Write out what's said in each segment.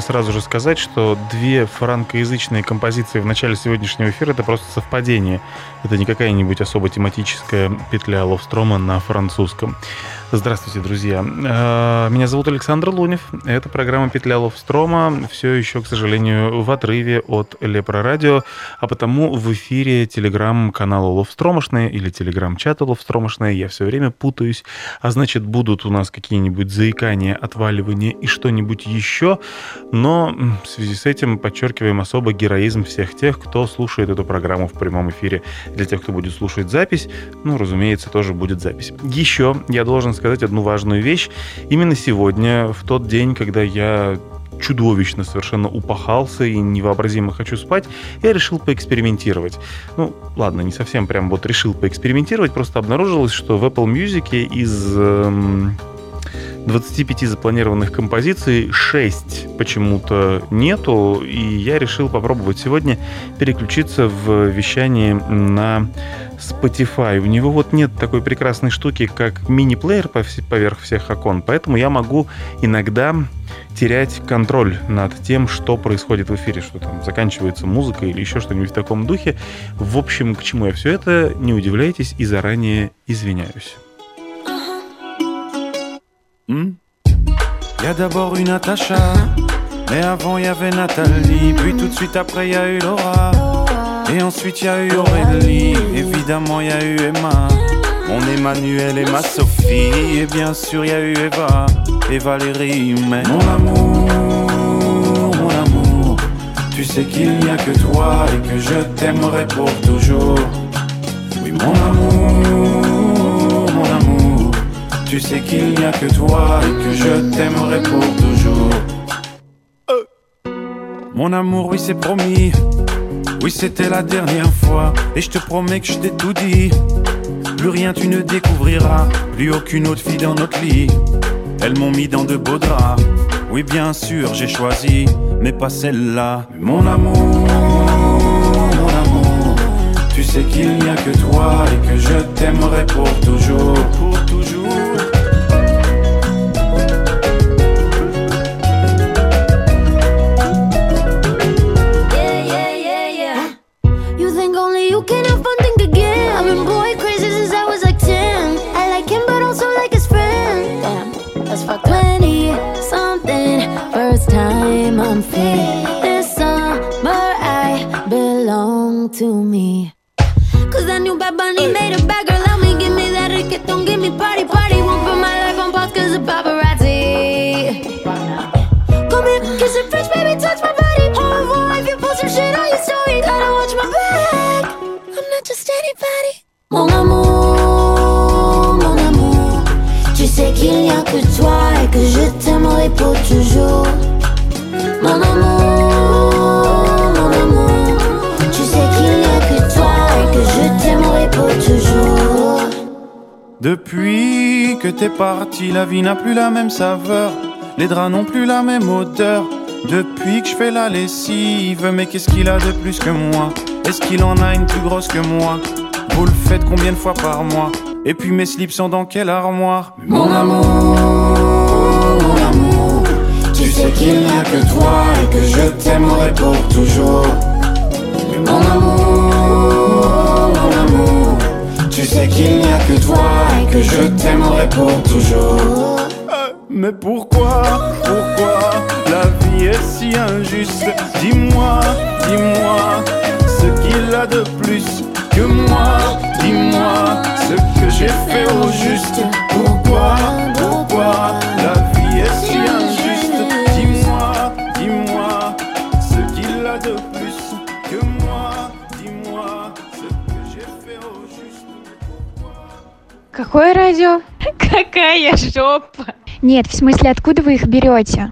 сразу же сказать, что две франкоязычные композиции в начале сегодняшнего эфира — это просто совпадение. Это не какая-нибудь особо тематическая петля Ловстрома на французском. Здравствуйте, друзья. Меня зовут Александр Лунев. Это программа «Петля Ловстрома». Все еще, к сожалению, в отрыве от Лепро Радио, а потому в эфире телеграм-канала Ловстромошные или телеграм-чата Ловстромошные. Я все время путаюсь. А значит, будут у нас какие-нибудь заикания, отваливания и что-нибудь еще. Но в связи с этим подчеркиваем особо героизм всех тех, кто слушает эту программу в прямом эфире. Для тех, кто будет слушать запись, разумеется, тоже будет запись. Еще я должен сказать одну важную вещь. Именно сегодня, в тот день, когда я чудовищно совершенно упахался и невообразимо хочу спать, я решил поэкспериментировать. Ладно, не совсем прям решил поэкспериментировать, просто обнаружилось, что в Apple Music из 25 запланированных композиций 6 почему-то нету, и я решил попробовать сегодня переключиться в вещание на Spotify. У него нет такой прекрасной штуки, как мини-плеер поверх всех окон, поэтому я могу иногда терять контроль над тем, что происходит в эфире, что там заканчивается музыка или еще что-нибудь в таком духе. В общем, к чему я все это, не удивляйтесь и заранее извиняюсь. Y a d'abord eu Natacha, mais avant y avait Nathalie, puis tout de suite après y a eu Laura, et ensuite y a eu Aurélie, évidemment y a eu Emma, mon Emmanuel et ma Sophie, et bien sûr y a eu Eva et Valérie, mais mon amour, tu sais qu'il n'y a que toi et que je t'aimerai pour toujours. Oui mon amour, tu sais qu'il n'y a que toi et que je t'aimerai pour toujours. Mon amour, oui c'est promis, oui c'était la dernière fois, et je te promets que je t'ai tout dit. Plus rien tu ne découvriras, plus aucune autre fille dans notre lit. Elles m'ont mis dans de beaux draps, oui bien sûr j'ai choisi, mais pas celle-là. Mon amour, tu sais qu'il n'y a que toi et que je t'aimerai pour toujours. Pour toujours. You think only you can have fun, think again. I've been boy crazy since I was like 10. I like him but also like his friend. Damn, that's fucked up. 20 something, first time I'm free. This summer I belong to me. Cause that new Bad Bunny made a bad girl out me. Give me that reggaeton, give me party, party. Won't put my life on pause cause of paparazzi. Come here, kiss it fresh, baby, touch my body. Au revoir if you post some shit on your story. Gotta watch my back, I'm not just anybody. Mon amour, tu sais qu'il n'y a que toi et que je t'aimerai pour toujours. Mon amour, tu sais qu'il n'y a que toi et que je t'aimerai pour toujours. Depuis que t'es parti, la vie n'a plus la même saveur. Les draps n'ont plus la même odeur. Depuis que je fais la lessive, mais qu'est-ce qu'il a de plus que moi? Est-ce qu'il en a une plus grosse que moi? Vous le faites combien de fois par mois? Et puis mes slips sont dans quelle armoire? Mon amour, tu sais qu'il n'y a que toi et que je t'aimerai pour toujours. Mon amour, tu sais qu'il n'y a que toi et que je t'aimerai pour toujours. Mais pourquoi la vie est si injuste? Dis-moi, ce qu'il a de plus que moi. Dis-moi ce que j'ai fait au juste. Pourquoi la vie est si injuste? Dis-moi ce qu'il a de plus que moi. Dis-moi ce que j'ai fait au juste. Какое радио? Какая жопа! Нет, в смысле, откуда вы их берете?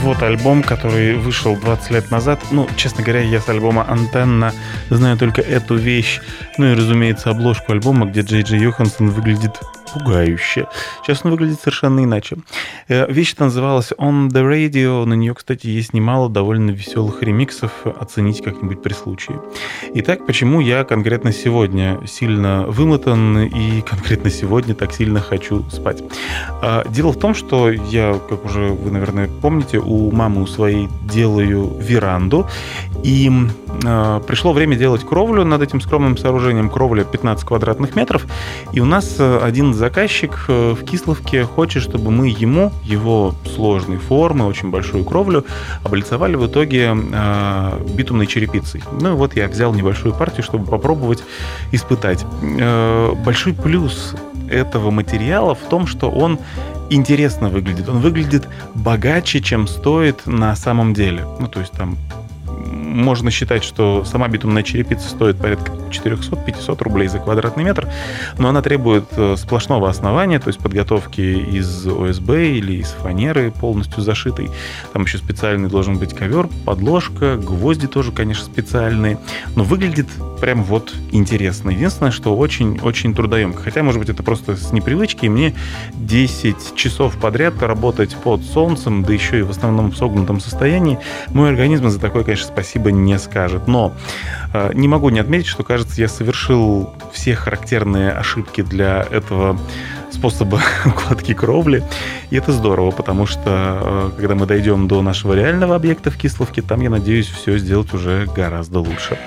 Вот альбом, который вышел 20 лет назад. Ну, честно говоря, я с альбома «Антенна» знаю только эту вещь. Ну и, разумеется, обложку альбома, где Джей Джей Йоханссон выглядит пугающе. Сейчас он выглядит совершенно иначе. Вещь называлась «On the Radio». На нее, кстати, есть немало довольно веселых ремиксов. Оцените как-нибудь при случае. Итак, почему я конкретно сегодня сильно вымотан и конкретно сегодня так сильно хочу спать? Дело в том, что я, как уже вы, наверное, помните, у мамы у своей делаю веранду. И пришло время делать кровлю над этим скромным сооружением. Кровля 15 квадратных метров. И у нас один заказчик в Кисловке хочет, чтобы мы ему его сложной формы, очень большую кровлю облицовали в итоге битумной черепицей. Ну и вот я взял небольшую партию, чтобы попробовать испытать. Большой плюс этого материала в том, что он интересно выглядит. Он выглядит богаче, чем стоит на самом деле. Ну, то есть там можно считать, что сама битумная черепица стоит порядка 400-500 рублей за квадратный метр, но она требует сплошного основания, то есть подготовки из ОСБ или из фанеры полностью зашитой. Там еще специальный должен быть ковер, подложка, гвозди тоже, конечно, специальные. Но выглядит прям вот интересно. Единственное, что очень-очень трудоемко. Хотя, может быть, это просто с непривычки. И мне 10 часов подряд работать под солнцем, да еще и в основном в согнутом состоянии, мой организм за такое, конечно, спасибо не скажет. Но не могу не отметить, что, кажется, я совершил все характерные ошибки для этого способа укладки кровли. И это здорово, потому что когда мы дойдем до нашего реального объекта в Кисловке, там, я надеюсь, все сделать уже гораздо лучше.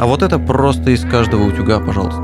вот это просто из каждого утюга, пожалуйста.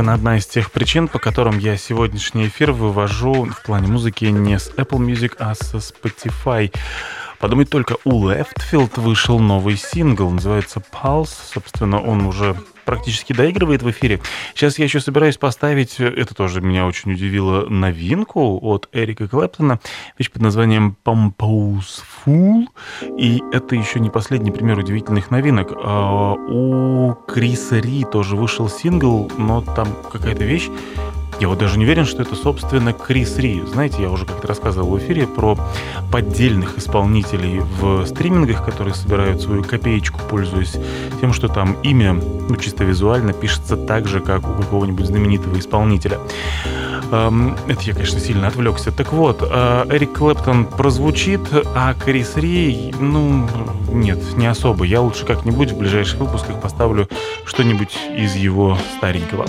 собственно, одна из тех причин, по которым я сегодняшний эфир вывожу в плане музыки не с Apple Music, а со Spotify. Подумать только, у Leftfield вышел новый сингл, называется Pulse. Собственно, он уже практически доигрывает в эфире. Сейчас я еще собираюсь поставить, это тоже меня очень удивило, новинку от Эрика Клэптона, вещь под названием Pompous Fool. И это еще не последний пример удивительных новинок. У Криса Ри тоже вышел сингл, но там какая-то вещь. Я вот даже не уверен, что это, собственно, Крис Ри. Знаете, я уже как-то рассказывал в эфире про поддельных исполнителей в стримингах, которые собирают свою копеечку, пользуясь тем, что там имя, ну, чисто визуально, пишется так же, как у какого-нибудь знаменитого исполнителя. Это я, конечно, сильно отвлекся. Так вот, Эрик Клэптон прозвучит, а Крис Ри, ну, нет, не особо. Я лучше как-нибудь в ближайших выпусках поставлю что-нибудь из его старенького.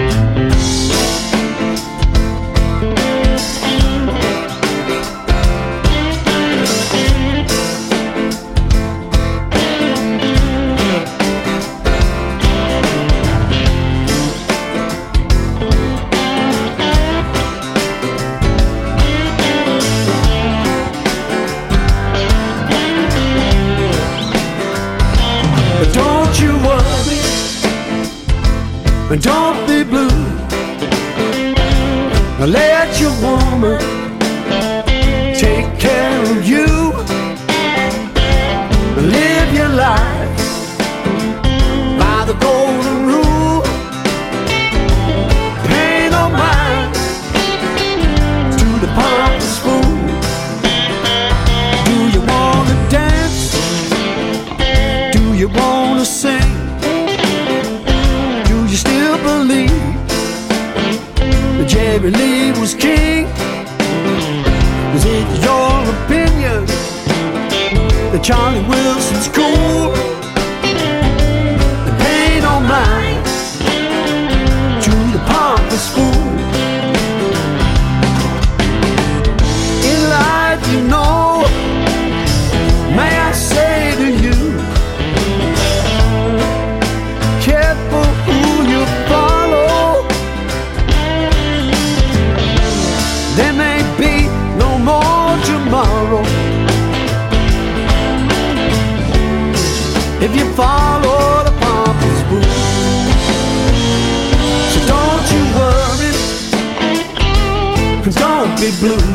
Don't be blue. Let your woman take care of you. Live your life by the golden rule. Pay no mind to the pompous fool. Do you wanna dance? Do you wanna sing? Believe that Jerry Lee was king? Is it your opinion that Charlie Wilson's cool? And pay no mind to the pompous fool. In life, you know, may I say to you, careful who you follow. There may be no more tomorrow if you follow the pompous fool. So don't you worry, don't be blue.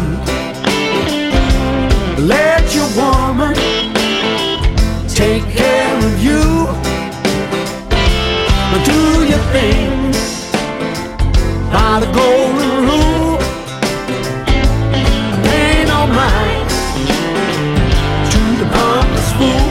Let your woman take care of you. Do your thing by the golden rule. Pay no mind to the pompous fool.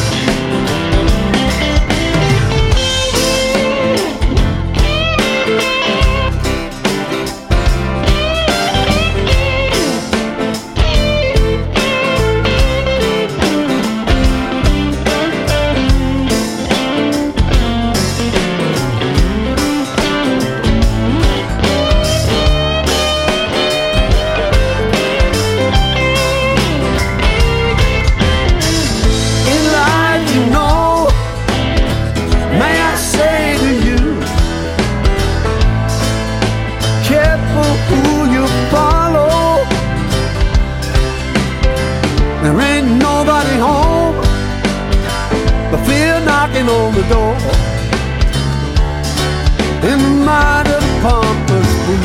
On the door in the mind of the pompous fool.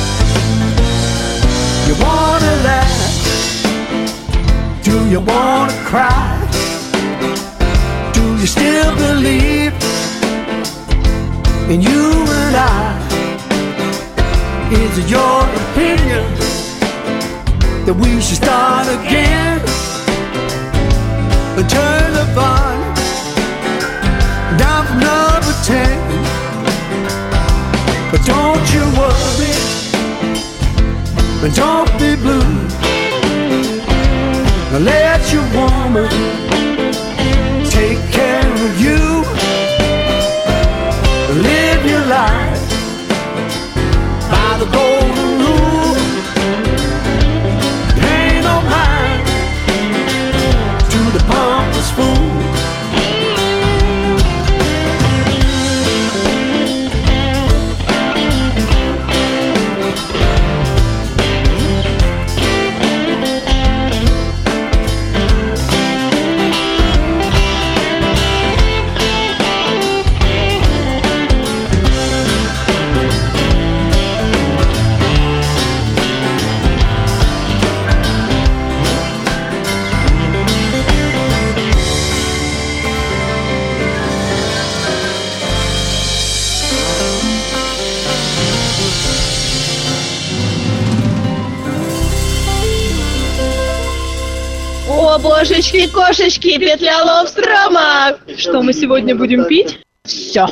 You wanna laugh? Do you wanna cry? Do you still believe in you and I? Is it your opinion that we should start again and turn the volume down from number 10? But don't you worry, and don't be blue. Let your woman take care of you. Live your life by the golden rule. Pay no mind to the pompous fool. О, божечки, кошечки, петля Ловстрома! Что мы сегодня будем пить? Все.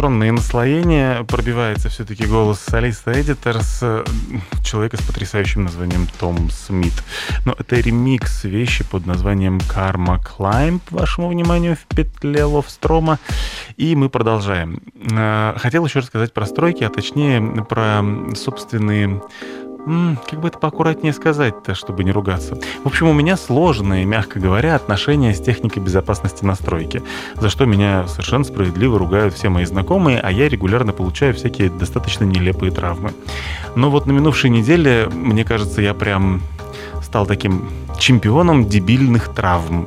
электронные наслоения пробивается все-таки голос солиста Editors, человека с потрясающим названием Том Смит. Но это ремикс вещи под названием Karma Climb, вашему вниманию, в петле Ловстрома. И мы продолжаем. Хотел еще рассказать про стройки, а точнее про собственные... Как бы это поаккуратнее сказать-то, чтобы не ругаться. В общем, у меня сложные, мягко говоря, отношения с техникой безопасности на стройке, за что меня совершенно справедливо ругают все мои знакомые, а я регулярно получаю всякие достаточно нелепые травмы. Но вот на минувшей неделе, мне кажется, я прям стал таким чемпионом дебильных травм.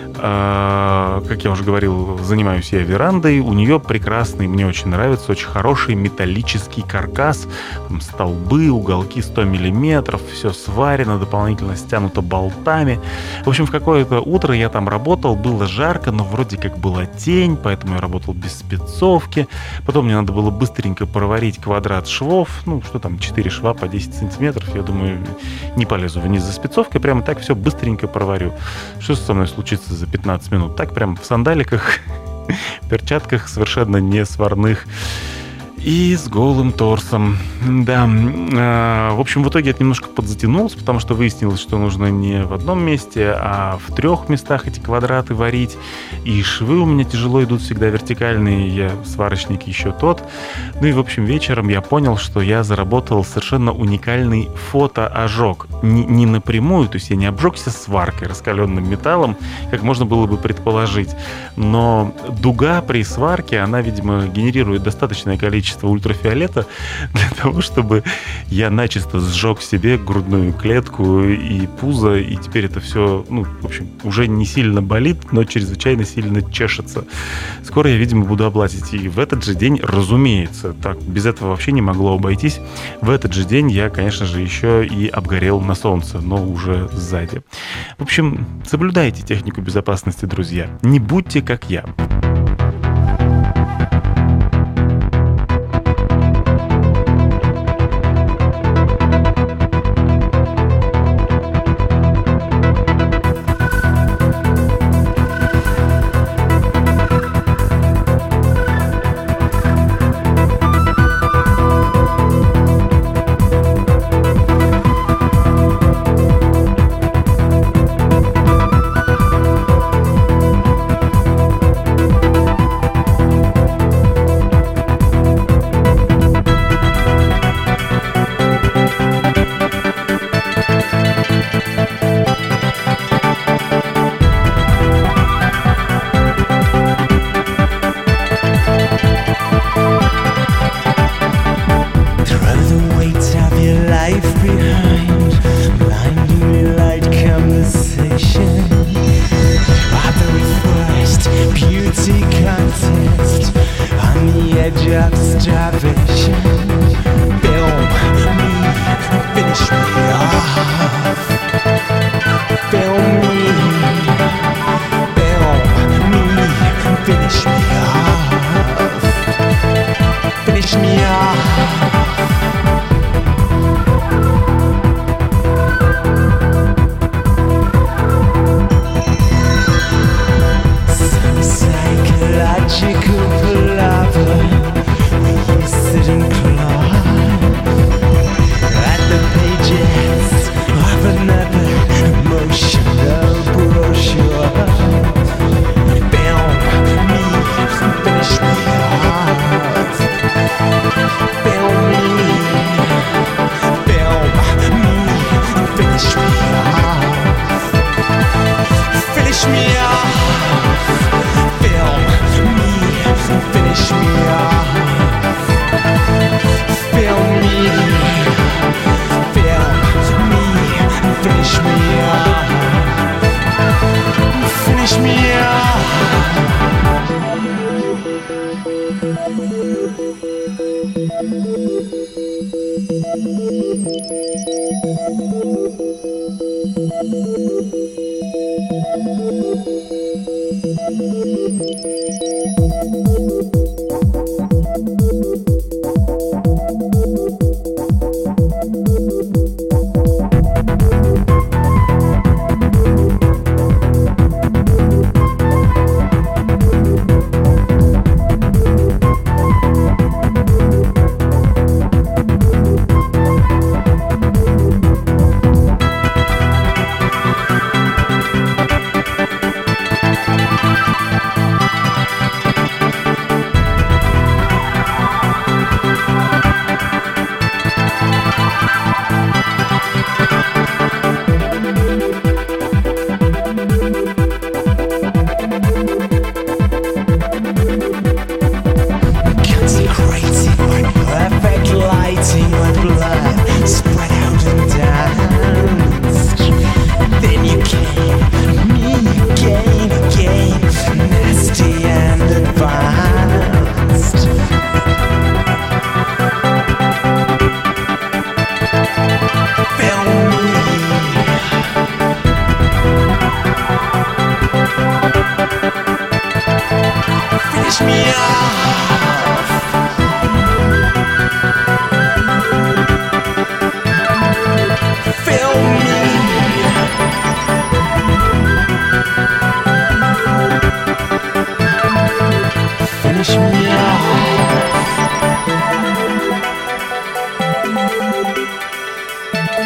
Как я уже говорил, занимаюсь я верандой. У нее прекрасный, мне очень нравится, очень хороший металлический каркас. Там столбы, уголки 100 миллиметров, все сварено, дополнительно стянуто болтами. В общем, в какое-то утро я там работал, было жарко, но вроде как была тень, поэтому я работал без спецовки. Потом мне надо было быстренько проварить квадрат швов. Ну, что там, 4 шва по 10 сантиметров. Я думаю, не полезу вниз за спецовкой, прямо так все быстренько проварю. Что со мной случится за 15 минут? Так прям в сандаликах, перчатках совершенно не сварных и с голым торсом. Да. В общем, в итоге это немножко подзатянулось, потому что выяснилось, что нужно не в одном месте, а в 3 местах эти квадраты варить. И швы у меня тяжело идут всегда вертикальные, я сварочник еще тот. Ну и, в общем, вечером я понял, что я заработал совершенно уникальный фотоожог. Не напрямую, то есть я не обжегся сваркой, раскаленным металлом, как можно было бы предположить. Но дуга при сварке, она, видимо, генерирует достаточное количество ультрафиолета для того, чтобы я начисто сжег себе грудную клетку и пузо, и теперь это все, ну, в общем, уже не сильно болит, но чрезвычайно сильно чешется. Скоро я, видимо, буду облазить. И в этот же день, разумеется, так, без этого вообще не могло обойтись, в этот же день я, конечно же, еще и обгорел на солнце, но уже сзади. В общем, соблюдайте технику безопасности, друзья. Не будьте как я.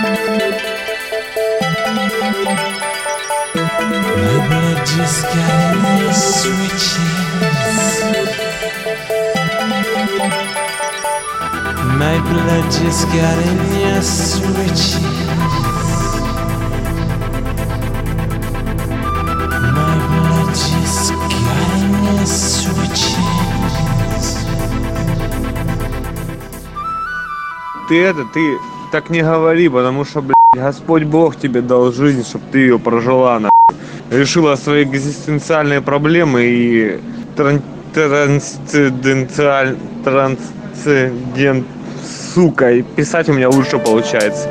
My blood just got in your switches. My blood just got in your switches. Ты так не говори, потому что, блядь, Господь Бог тебе дал жизнь, чтобы ты ее прожила, нахуй. Решила свои экзистенциальные проблемы и трансцендент, сука, и писать у меня лучше получается.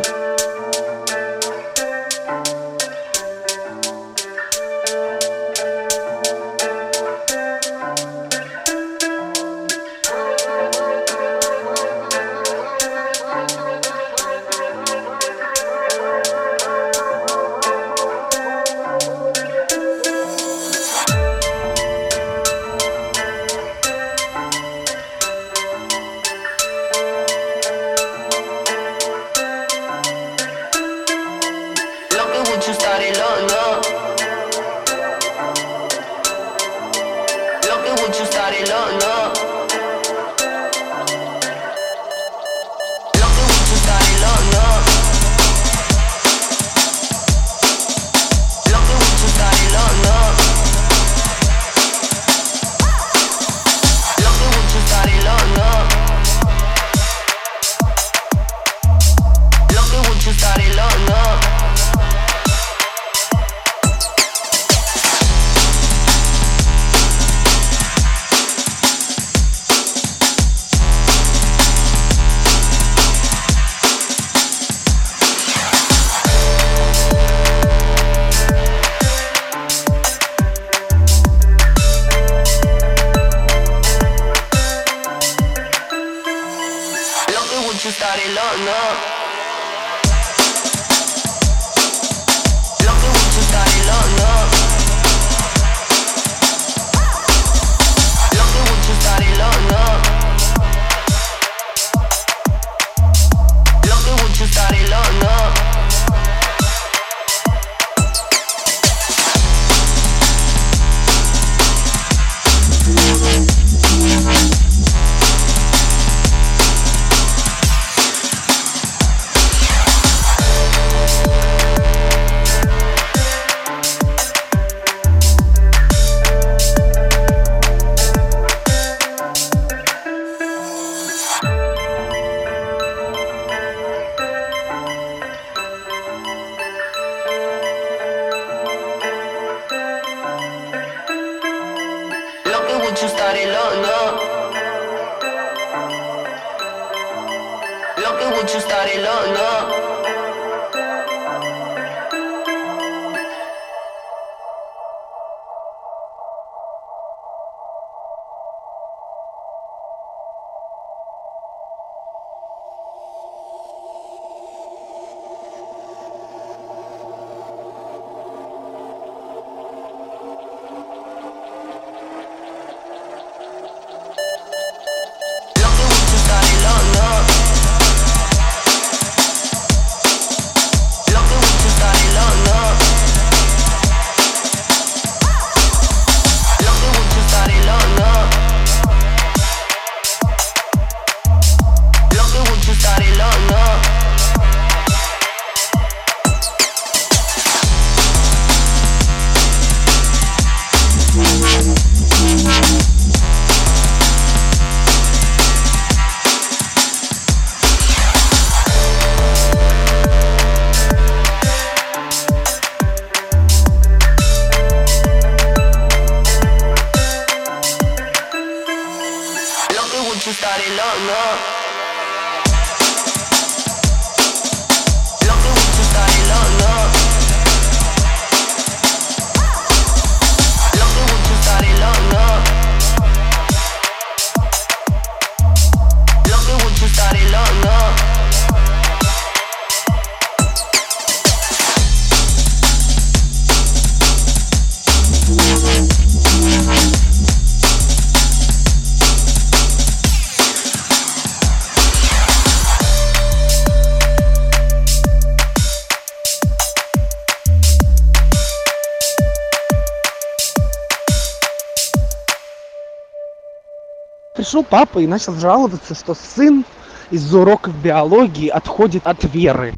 пришел папа и начал жаловаться, что сын из-за уроков биологии отходит от веры.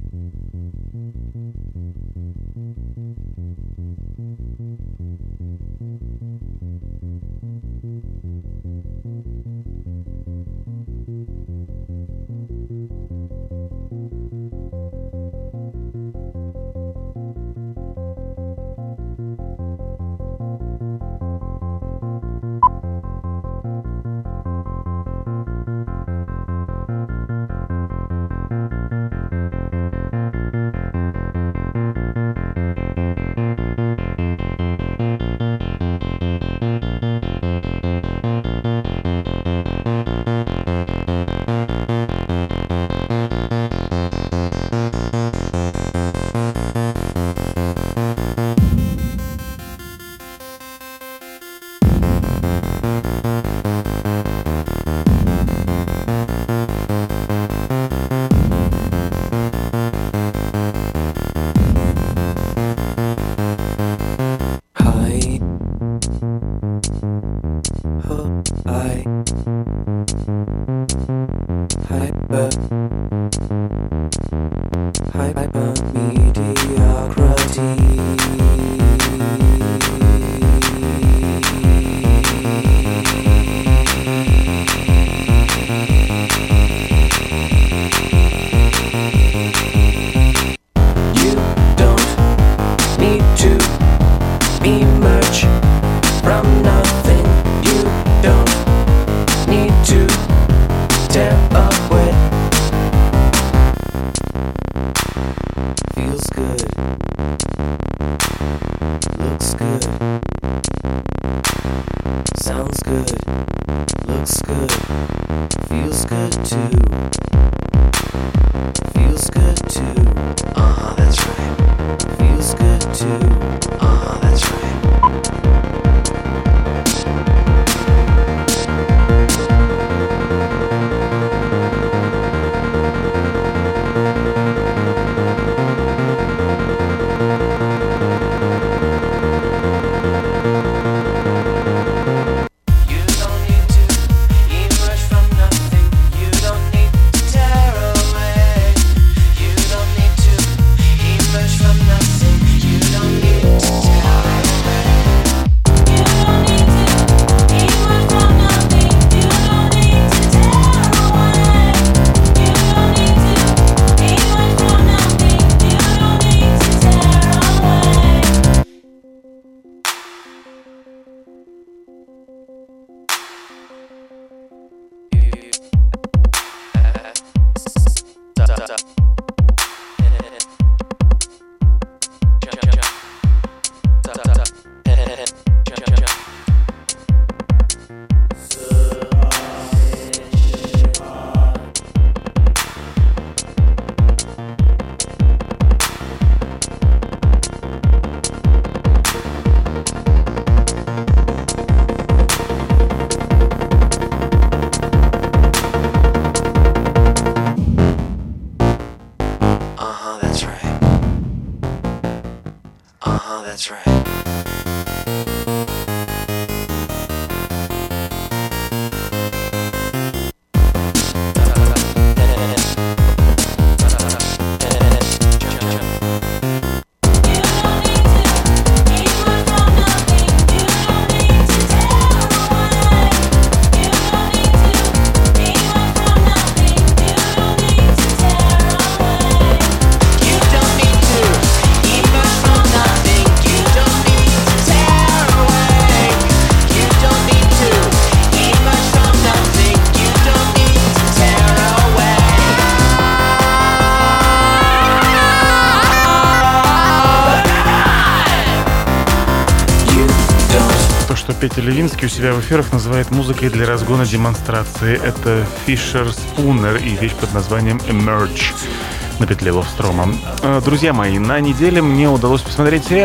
That's right. Петя Левинский у себя в эфирах называет музыкой для разгона демонстрации. Это Fisher Spooner и вещь под названием Emerge на петле Ловстрома. Друзья мои, на неделе мне удалось посмотреть сериал.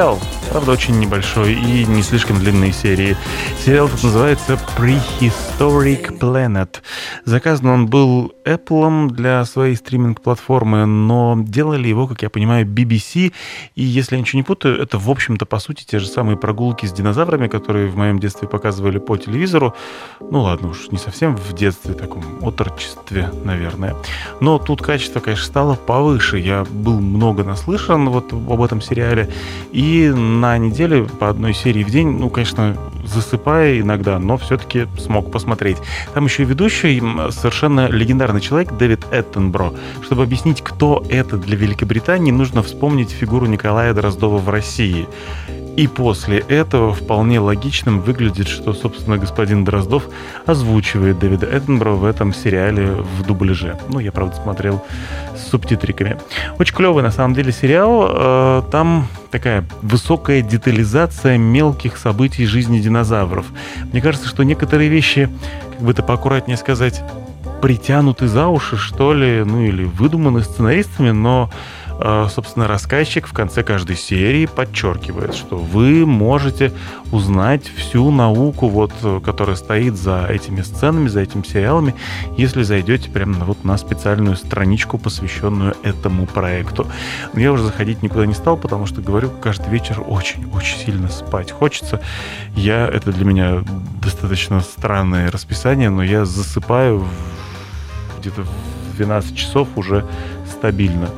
правда, очень небольшой и не слишком длинные серии. Сериал тут называется Prehistoric Planet. Заказан он был Apple для своей стриминг-платформы, но делали его, как я понимаю, BBC. И если я ничего не путаю, это, в общем-то, по сути, те же самые прогулки с динозаврами, которые в моем детстве показывали по телевизору. Ну ладно уж, не совсем в детстве, таком отрочестве, наверное. Но тут качество, конечно, стало повыше. Я был много наслышан вот об этом сериале. И на неделе по одной серии в день, ну, конечно, засыпая иногда, но все-таки смог посмотреть. Там еще и ведущий, совершенно легендарный человек, Дэвид Эттенбро. Чтобы объяснить, кто это для Великобритании, нужно вспомнить фигуру Николая Дроздова в России. И после этого вполне логичным выглядит, что, собственно, господин Дроздов озвучивает Дэвида Эттенбро в этом сериале в дубляже. Ну, я, правда, смотрел с субтитриками. Очень клевый, на самом деле, сериал. Там такая высокая детализация мелких событий жизни динозавров. Мне кажется, что некоторые вещи, как бы это поаккуратнее сказать, притянуты за уши, что ли, ну или выдуманы сценаристами, но собственно, рассказчик в конце каждой серии подчеркивает, что вы можете узнать всю науку, вот, которая стоит за этими сценами, за этими сериалами, если зайдете прямо вот на специальную страничку, посвященную этому проекту. Но я уже заходить никуда не стал, потому что, говорю, каждый вечер очень-очень сильно спать хочется. Это для меня достаточно странное расписание, но я засыпаю где-то в 12 часов уже стабильно.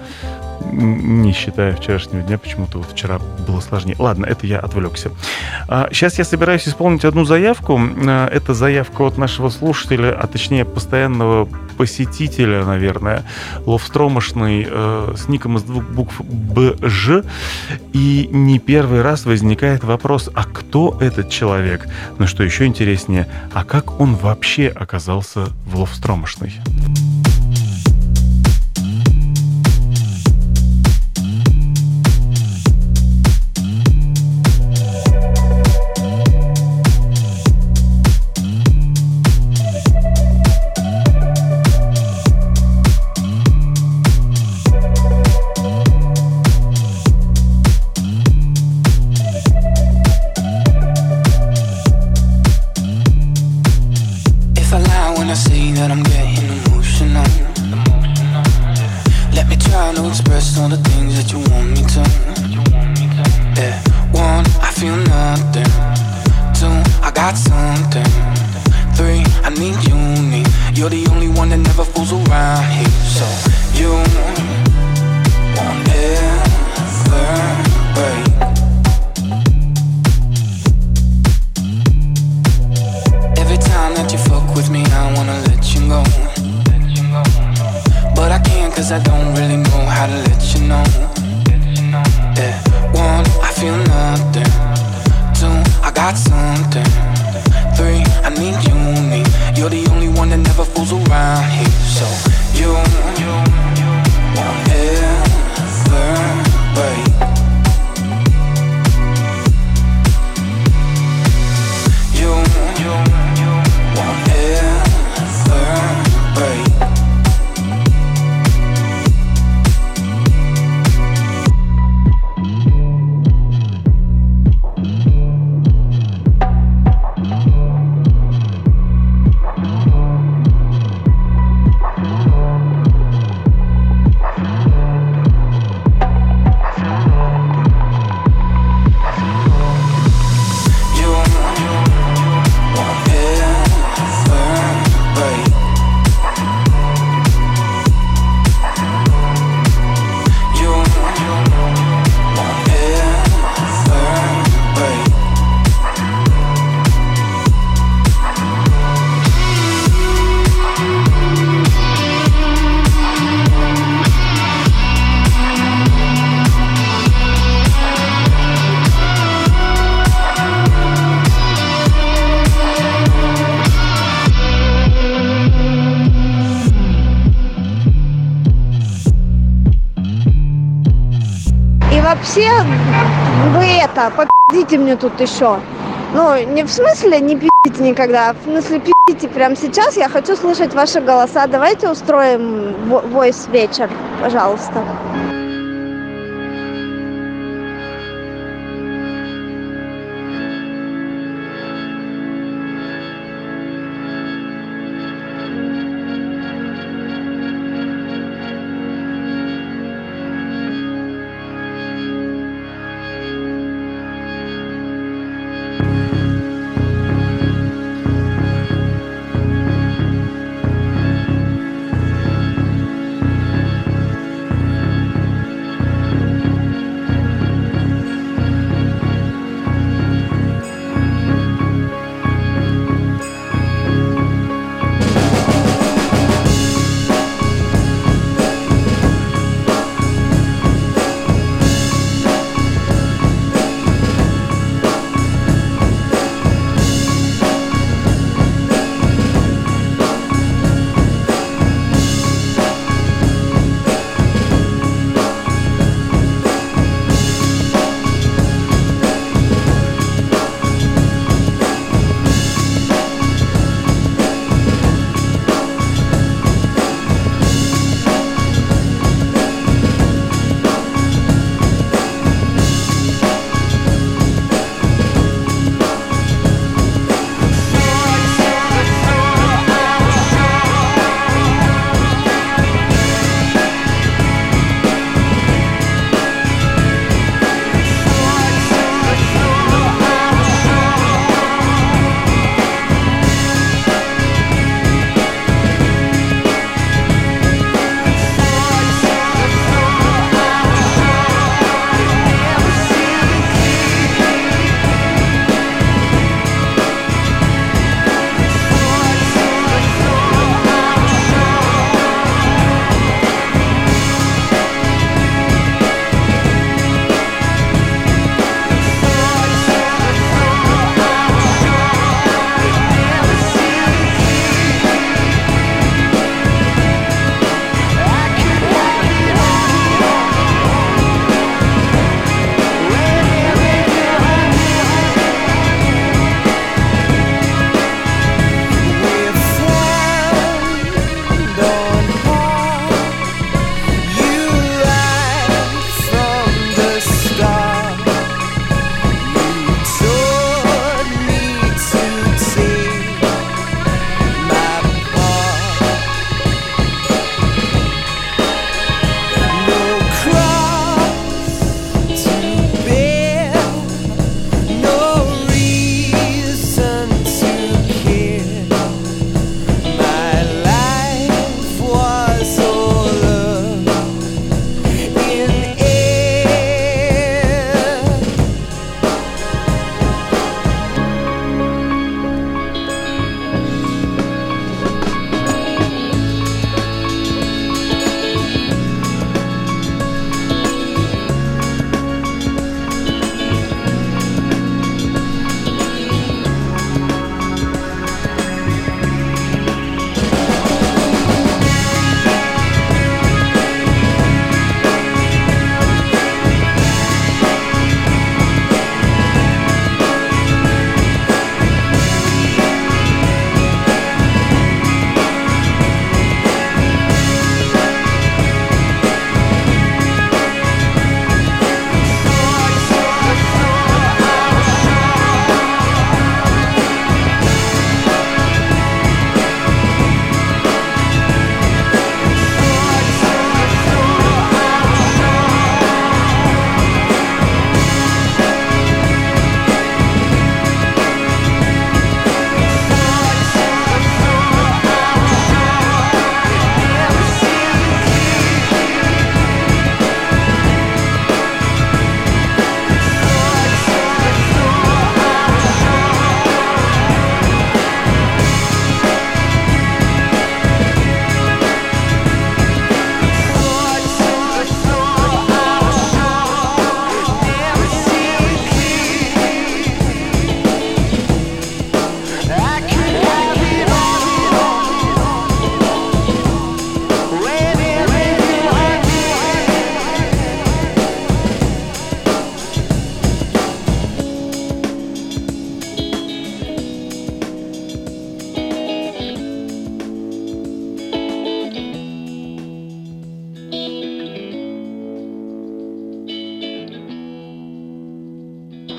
Не считая вчерашнего дня, почему-то вот вчера было сложнее. Ладно, это я отвлекся. Сейчас я собираюсь исполнить одну заявку. Это заявка от нашего слушателя, а точнее постоянного посетителя, наверное, ловстромошный, с ником из 2 букв БЖ. И не первый раз возникает вопрос, а кто этот человек? Но что еще интереснее, а как он вообще оказался в ловстромошной? Вообще, вы попи***ите мне тут еще. Ну, не в смысле не пи***ите никогда, а в смысле пи***ите прямо сейчас. Я хочу слышать ваши голоса. Давайте устроим voice вечер, пожалуйста.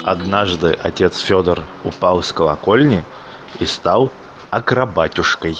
Однажды отец Федор упал с колокольни и стал акробатюшкой.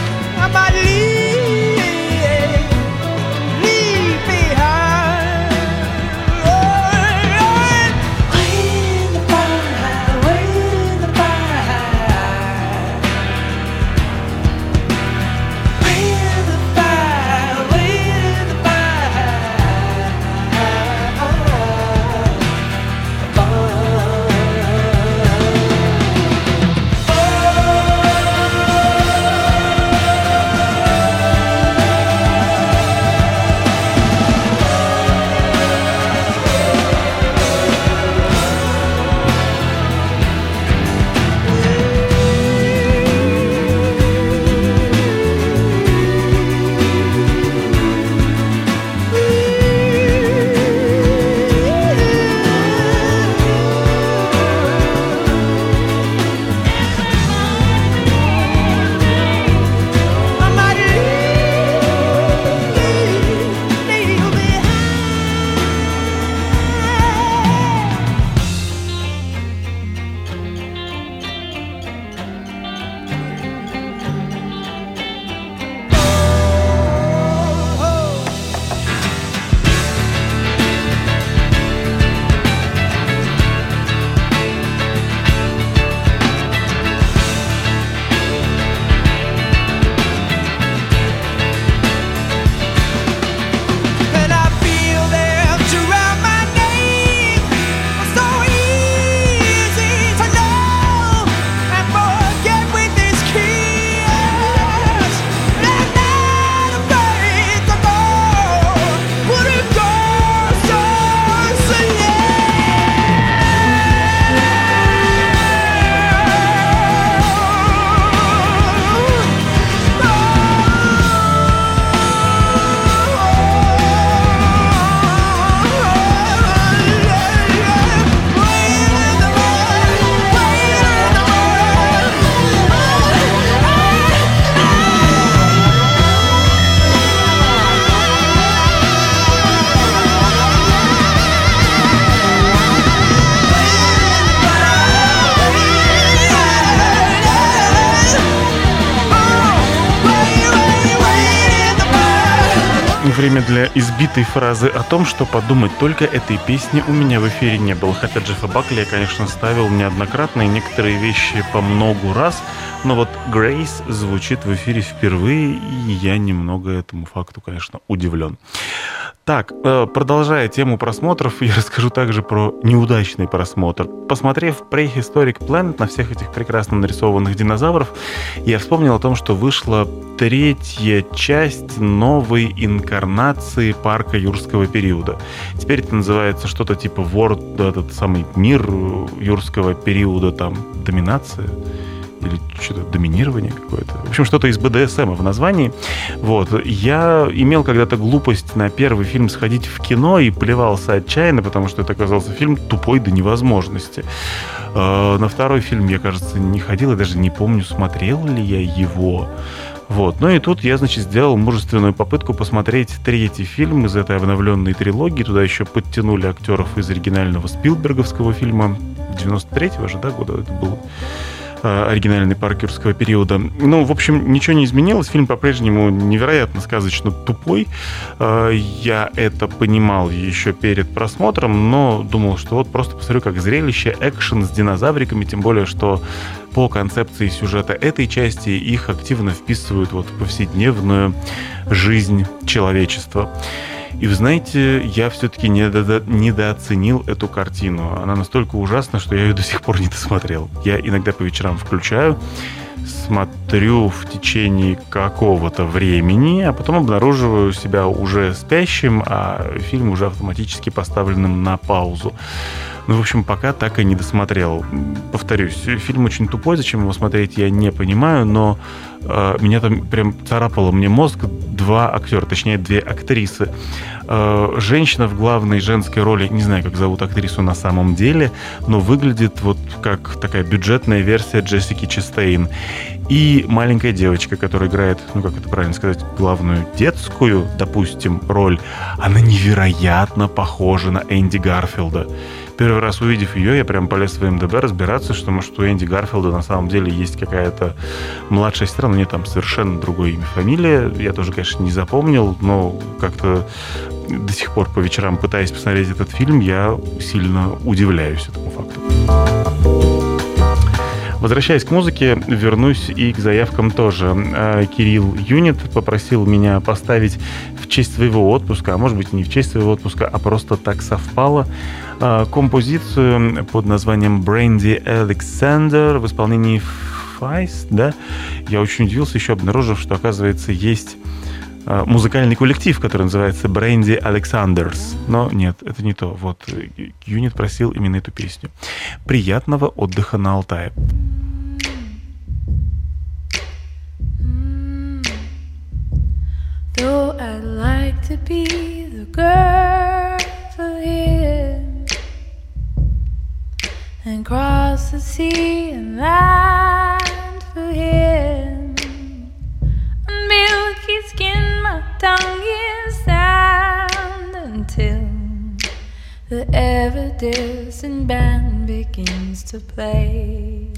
Leave behind Время для избитой фразы о том, что подумать только этой песни у меня в эфире не было. Хотя Джеффа Бакли я, конечно, ставил неоднократно и некоторые вещи по многу раз. Но вот Grace звучит в эфире впервые, и я немного этому факту, конечно, удивлен. Так, продолжая тему просмотров, я расскажу также про неудачный просмотр. Посмотрев Prehistoric Planet на всех этих прекрасно нарисованных динозавров, я вспомнил о том, что вышла 3-я часть новой инкарнации парка юрского периода. Теперь это называется что-то типа World, этот самый мир юрского периода, там, доминация или что-то доминирование какое-то. В общем, что-то из БДСМ в названии. Вот. Я имел когда-то глупость на первый фильм сходить в кино и плевался отчаянно, потому что это оказался фильм тупой до невозможности. На второй фильм я, кажется, не ходил, я даже не помню, смотрел ли я его. Вот. Ну и тут я, значит, сделал мужественную попытку посмотреть 3-й фильм из этой обновленной трилогии. Туда еще подтянули актеров из оригинального спилберговского фильма 93-го же, да, года это был. Оригинальный парк юрского периода. Ну, в общем, ничего не изменилось. Фильм по-прежнему невероятно сказочно тупой. Я это понимал еще перед просмотром, но думал, что вот просто посмотрю как зрелище, экшен с динозавриками, тем более, что по концепции сюжета этой части их активно вписывают вот в повседневную жизнь человечества. И вы знаете, я все-таки недооценил эту картину. Она настолько ужасна, что я ее до сих пор не досмотрел. Я иногда по вечерам включаю, смотрю в течение какого-то времени, а потом обнаруживаю себя уже спящим, а фильм уже автоматически поставленным на паузу. Ну, в общем, пока так и не досмотрел. Повторюсь, фильм очень тупой, зачем его смотреть, я не понимаю, но меня там прям царапало мне мозг 2 актера, точнее 2 актрисы. Женщина в главной женской роли, не знаю, как зовут актрису на самом деле, но выглядит вот как такая бюджетная версия Джессики Честейн. И маленькая девочка, которая играет, ну, как это правильно сказать, главную детскую, допустим, роль, она невероятно похожа на Энди Гарфилда. Первый раз увидев ее, я прям полез в МДБ разбираться, что, может, у Энди Гарфилда на самом деле есть какая-то младшая сестра, но у нее там совершенно другое имя, фамилия. Я тоже, конечно, не запомнил, но как-то до сих пор по вечерам, пытаясь посмотреть этот фильм, я сильно удивляюсь этому факту. Возвращаясь к музыке, вернусь и к заявкам тоже. Кирилл Юнит попросил меня поставить в честь своего отпуска, а может быть не в честь своего отпуска, а просто так совпало, композицию под названием Брэнди Александр в исполнении Feist, да? Я очень удивился, еще обнаружив, что, оказывается, есть музыкальный коллектив, который называется Брэнди Александерс. Но нет, это не то. Вот Юнит просил именно эту песню. Приятного отдыха на Алтае. Though I'd like to be the girl for him and cross the sea and land for him, milky skin, my tongue is sand until the ever-distant band begins to play.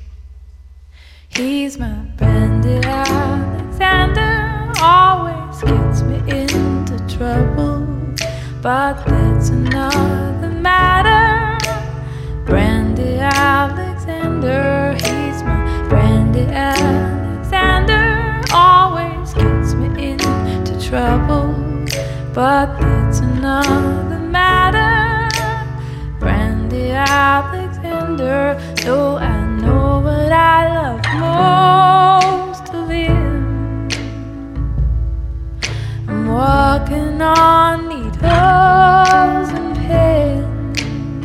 He's my Brandy Alexander, always gets me into trouble, but that's another matter. Brandy Alexander, he's my Brandy Alexander, always gets me into trouble, but that's another matter. Brandy Alexander, though I know what I love most of him, I'm walking on needles and pins.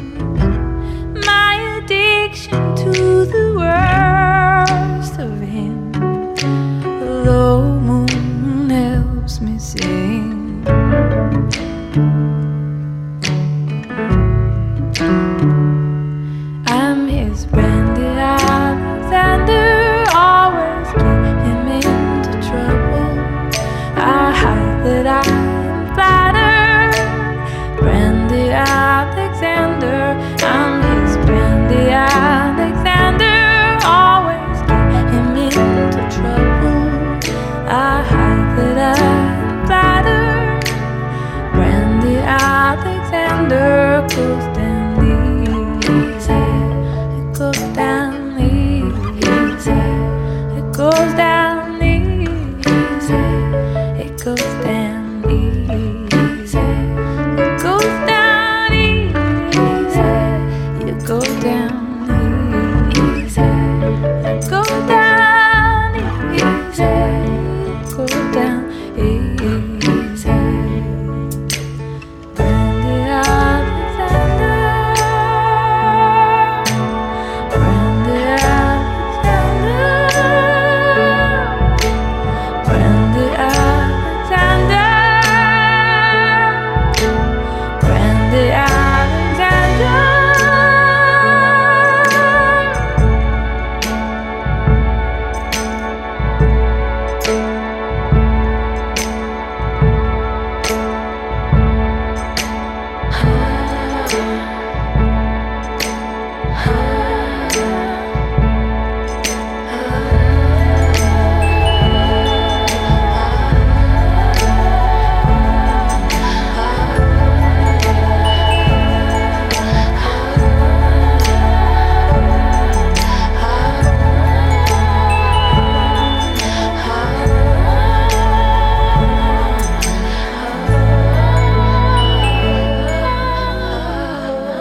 My addiction to the worst of him, the low moon helps me sing. I'm his Brandy Alexander, always get him into trouble. I hide that I'm flattered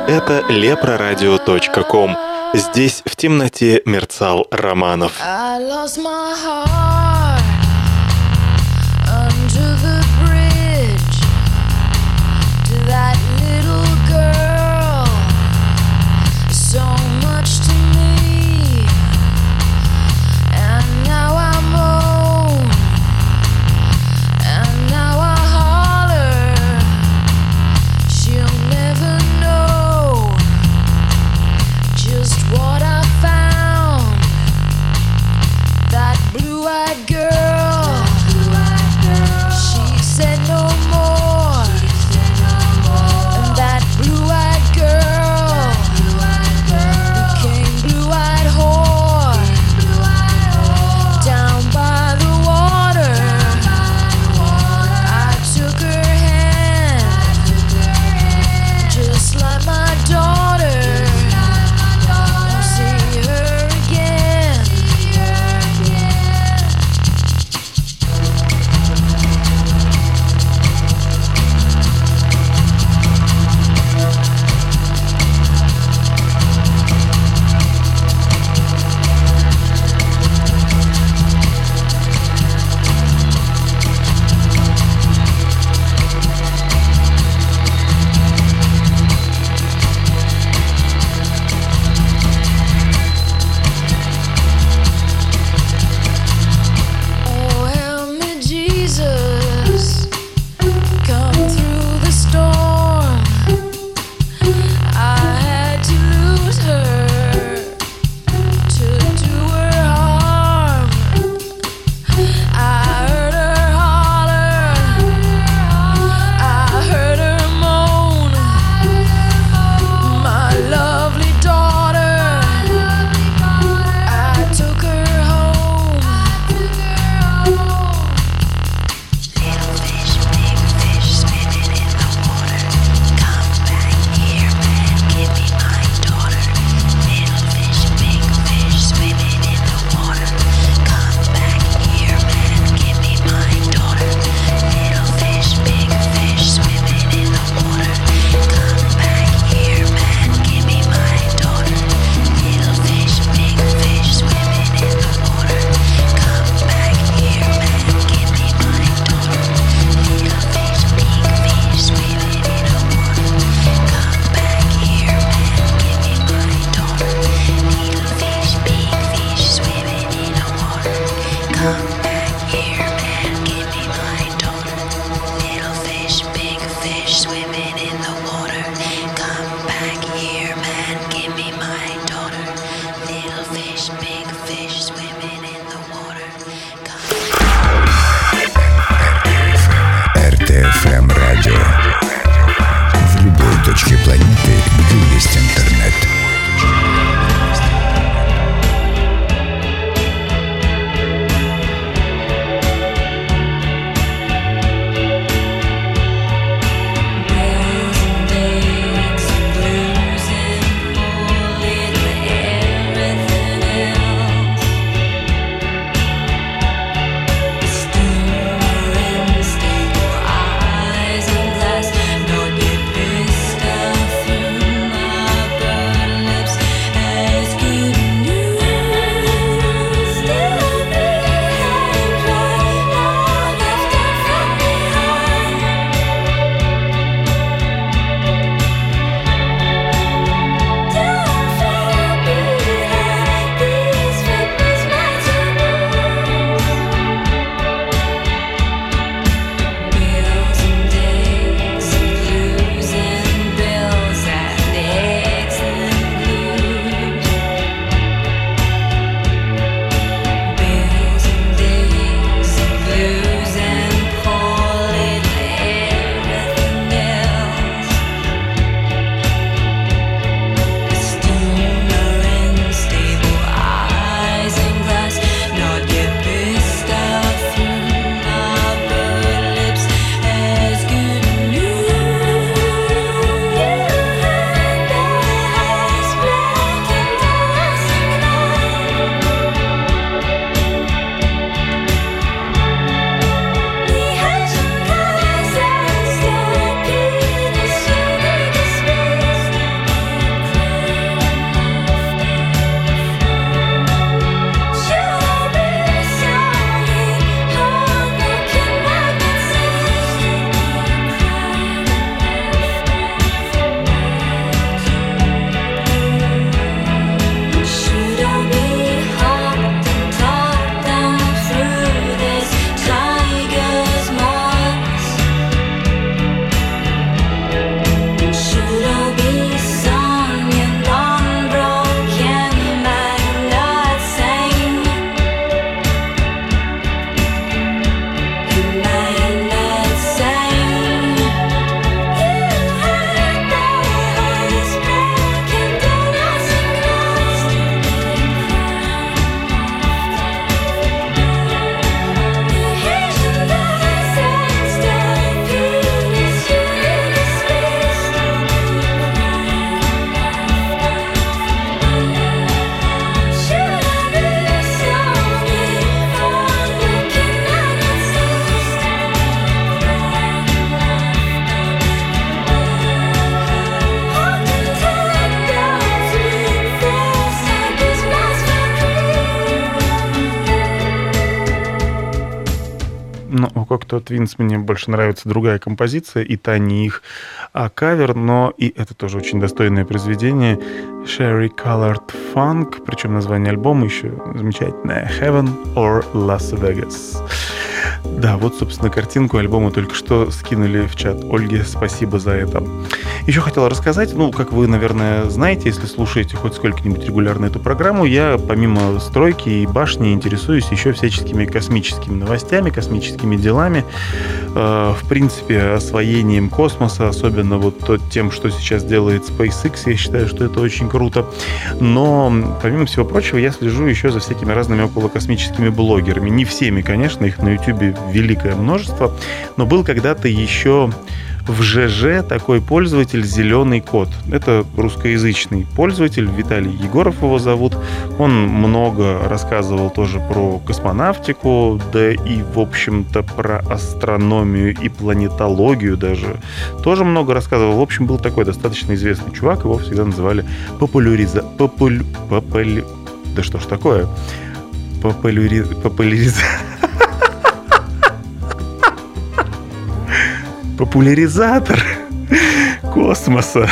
Это leproradio.com. Здесь в темноте мерцал Романов. I lost my heart under the bridge to that little girl, so much to me, and now I'm old, and now I holler, she'll never know just what I found. That blue-eyed girl, she said no more. And that blue-eyed girl became blue-eyed whore down by the water. I took her hand just like my daughter. I'll see her again. Oh, help me, Jesus, come through the storm. I had to lose her to do her harm. I heard her holler, I heard her moan. My lovely daughter, I took her home. Little fish, big fish, spinning in Cocteau Twins мне больше нравится другая композиция, и та не их, а кавер, но и это тоже очень достойное произведение. Sherry Colored Funk, причем название альбома еще замечательное. Heaven or Las Vegas. Да, вот, собственно, картинку альбома только что скинули в чат. Ольге спасибо за это. Еще хотел рассказать, как вы, наверное, знаете, если слушаете хоть сколько-нибудь регулярно эту программу, я помимо стройки и башни интересуюсь еще всяческими космическими новостями, космическими делами, в принципе, освоением космоса, особенно вот тем, что сейчас делает SpaceX, я считаю, что это очень круто. Но, помимо всего прочего, я слежу еще за всякими разными околокосмическими блогерами. Не всеми, конечно, их на YouTube великое множество, но был когда-то еще в ЖЖ такой пользователь «Зеленый кот». Это русскоязычный пользователь, Виталий Егоров его зовут. Он много рассказывал тоже про космонавтику, да и, в общем-то, про астрономию и планетологию даже. Тоже много рассказывал. В общем, был такой достаточно известный чувак. Его всегда называли Да что ж такое? Популяризатор космоса.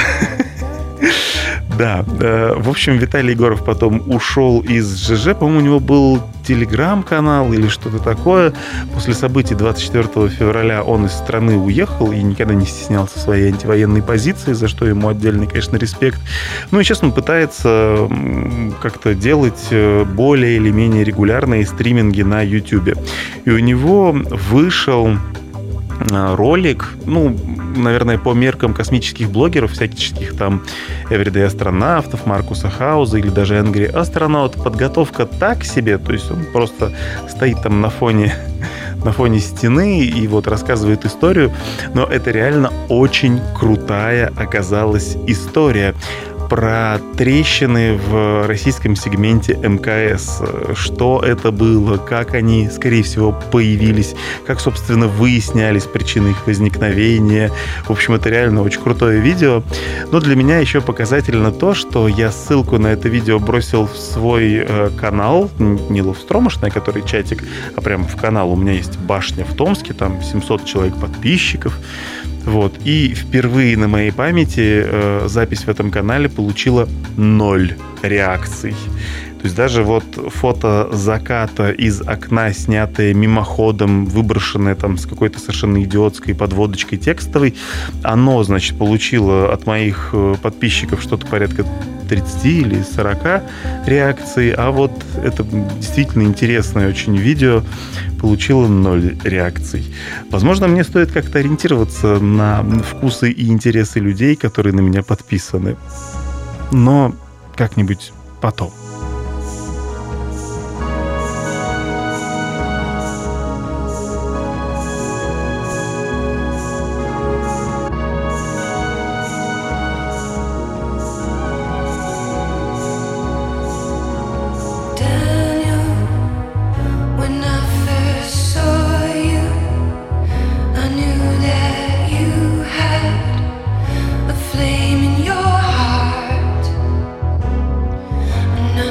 Да, в общем, Виталий Егоров потом ушел из ЖЖ, по-моему, у него был телеграм-канал или что-то такое. После событий 24 февраля он из страны уехал и никогда не стеснялся своей антивоенной позиции, за что ему отдельный, конечно, респект. Ну и сейчас он пытается как-то делать более или менее регулярные стриминги на YouTube. И у него вышел ролик, наверное, по меркам космических блогеров, всяких там Everyday астронавтов, Маркуса Хауза или даже Angry Astronaut, подготовка так себе, то есть он просто стоит там на фоне стены и вот рассказывает историю, но это реально очень крутая оказалась история про трещины в российском сегменте МКС. Что это было, как они, скорее всего, появились, как, собственно, выяснялись причины их возникновения. В общем, это реально очень крутое видео. Но для меня еще показательно то, что я ссылку на это видео бросил в свой канал, не ловстромошный, который чатик, а прямо в канал. У меня есть башня в Томске, там 700 человек подписчиков. Вот. И впервые на моей памяти запись в этом канале получила 0 реакций. То есть даже вот фото заката из окна, снятое мимоходом, выброшенное там с какой-то совершенно идиотской подводочкой текстовой, оно, значит, получило от моих подписчиков что-то порядка 30 или 40 реакций, а вот это действительно интересное очень видео получило 0 реакций. Возможно, мне стоит как-то ориентироваться на вкусы и интересы людей, которые на меня подписаны. Но как-нибудь потом. Flame in your heart.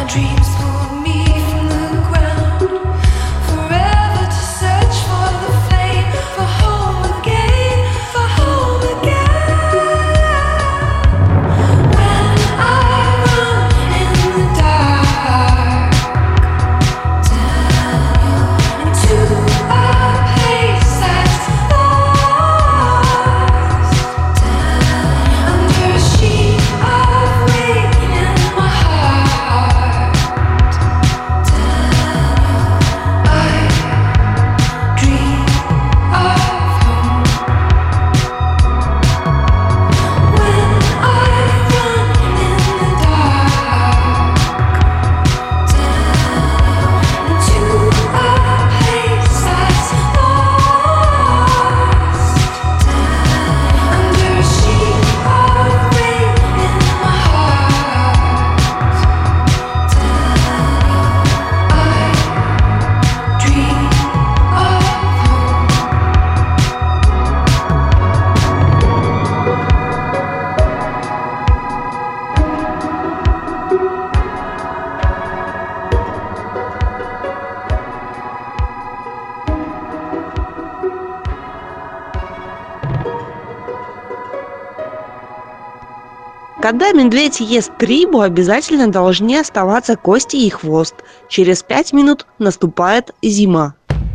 Когда медведь ест рыбу, обязательно должны оставаться кости и хвост. Через 5 минут наступает зима.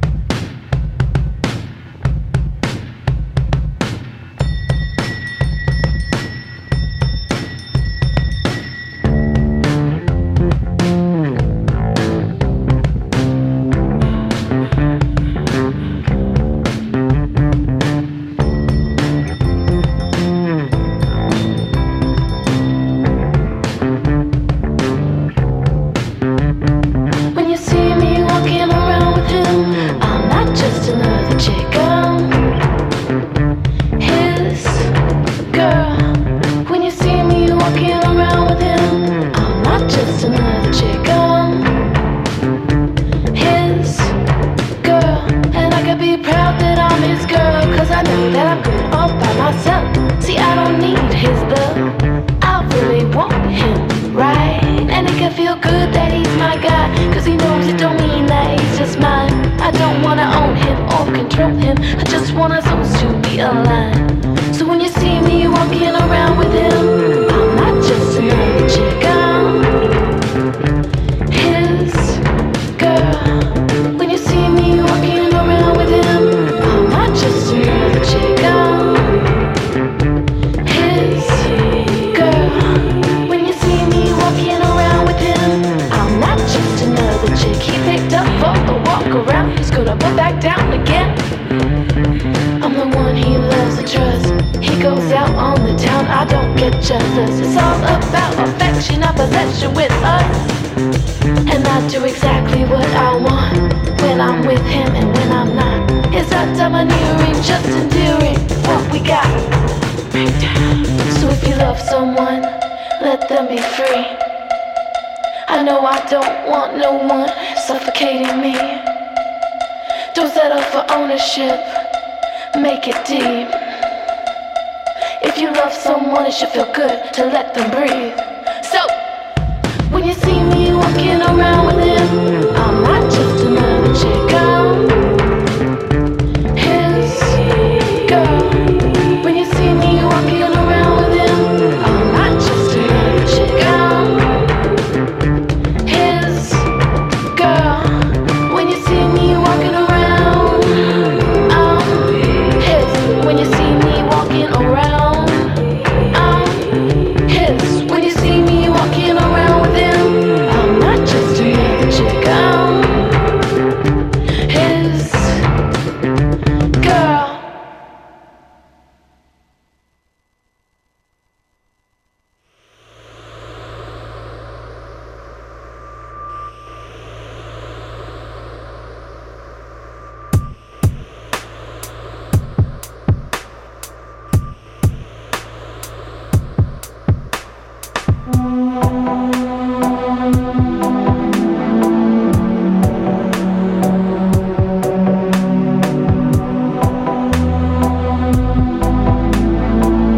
Make it deep. If you love someone, it should feel good to let them breathe. So, when you see me walking around with him, I'm not just another chick, I'm his girl. When you see me walking around with him, I'm not just another chick, I'm his girl. When you see me walking around, when you see me walking around, I'm his. When you see me walking around with him, I'm not just another chick, I'm his girl.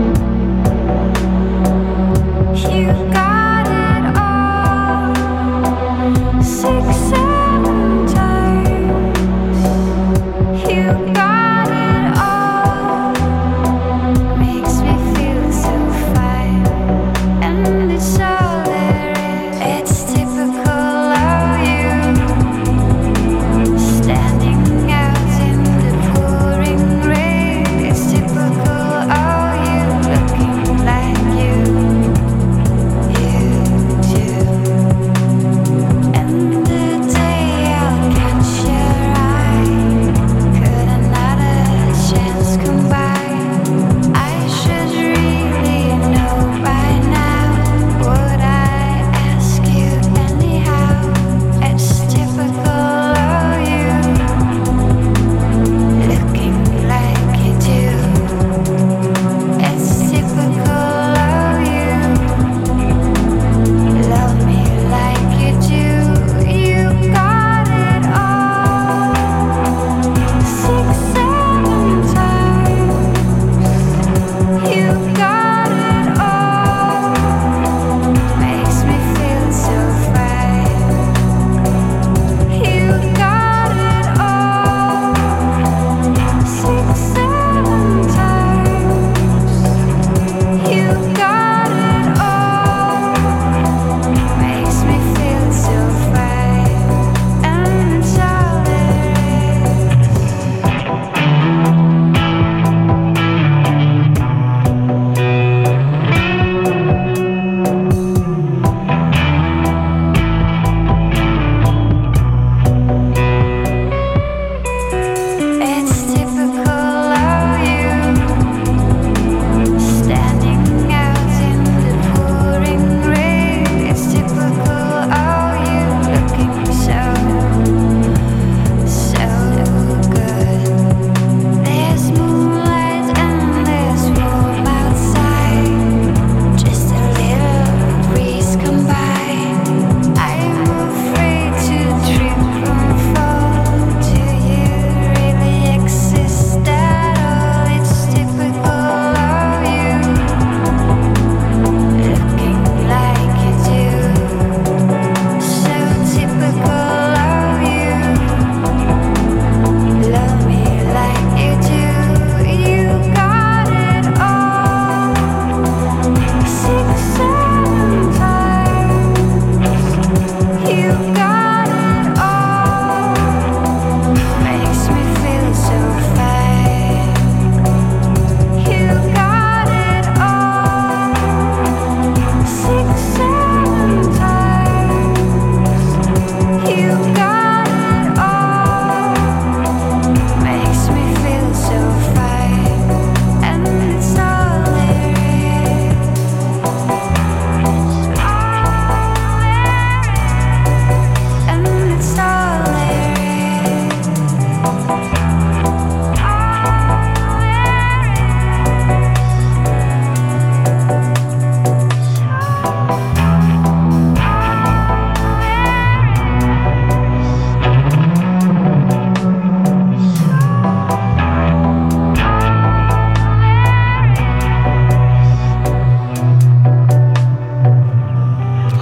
You got it all.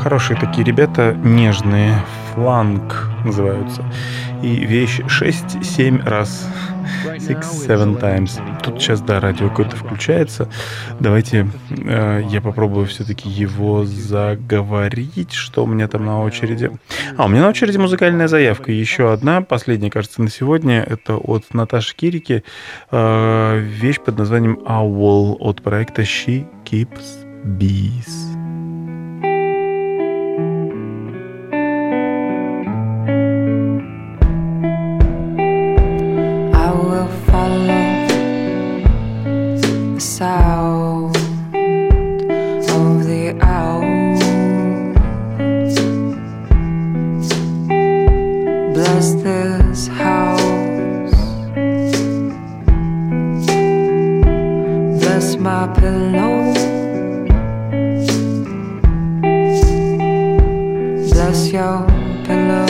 Хорошие такие ребята, нежные. Фланг называются. И вещь 6-7 раз. 6-7 times. Тут сейчас, да, радио какое-то включается. Давайте я попробую все-таки его заговорить. Что у меня там на очереди? У меня на очереди музыкальная заявка. Еще одна, последняя, кажется, на сегодня. Это от Наташи Кирики. Вещь под названием Owl от проекта She Keeps Bees. Sound of the owl. Bless this house. Bless my pillow. Bless your pillow.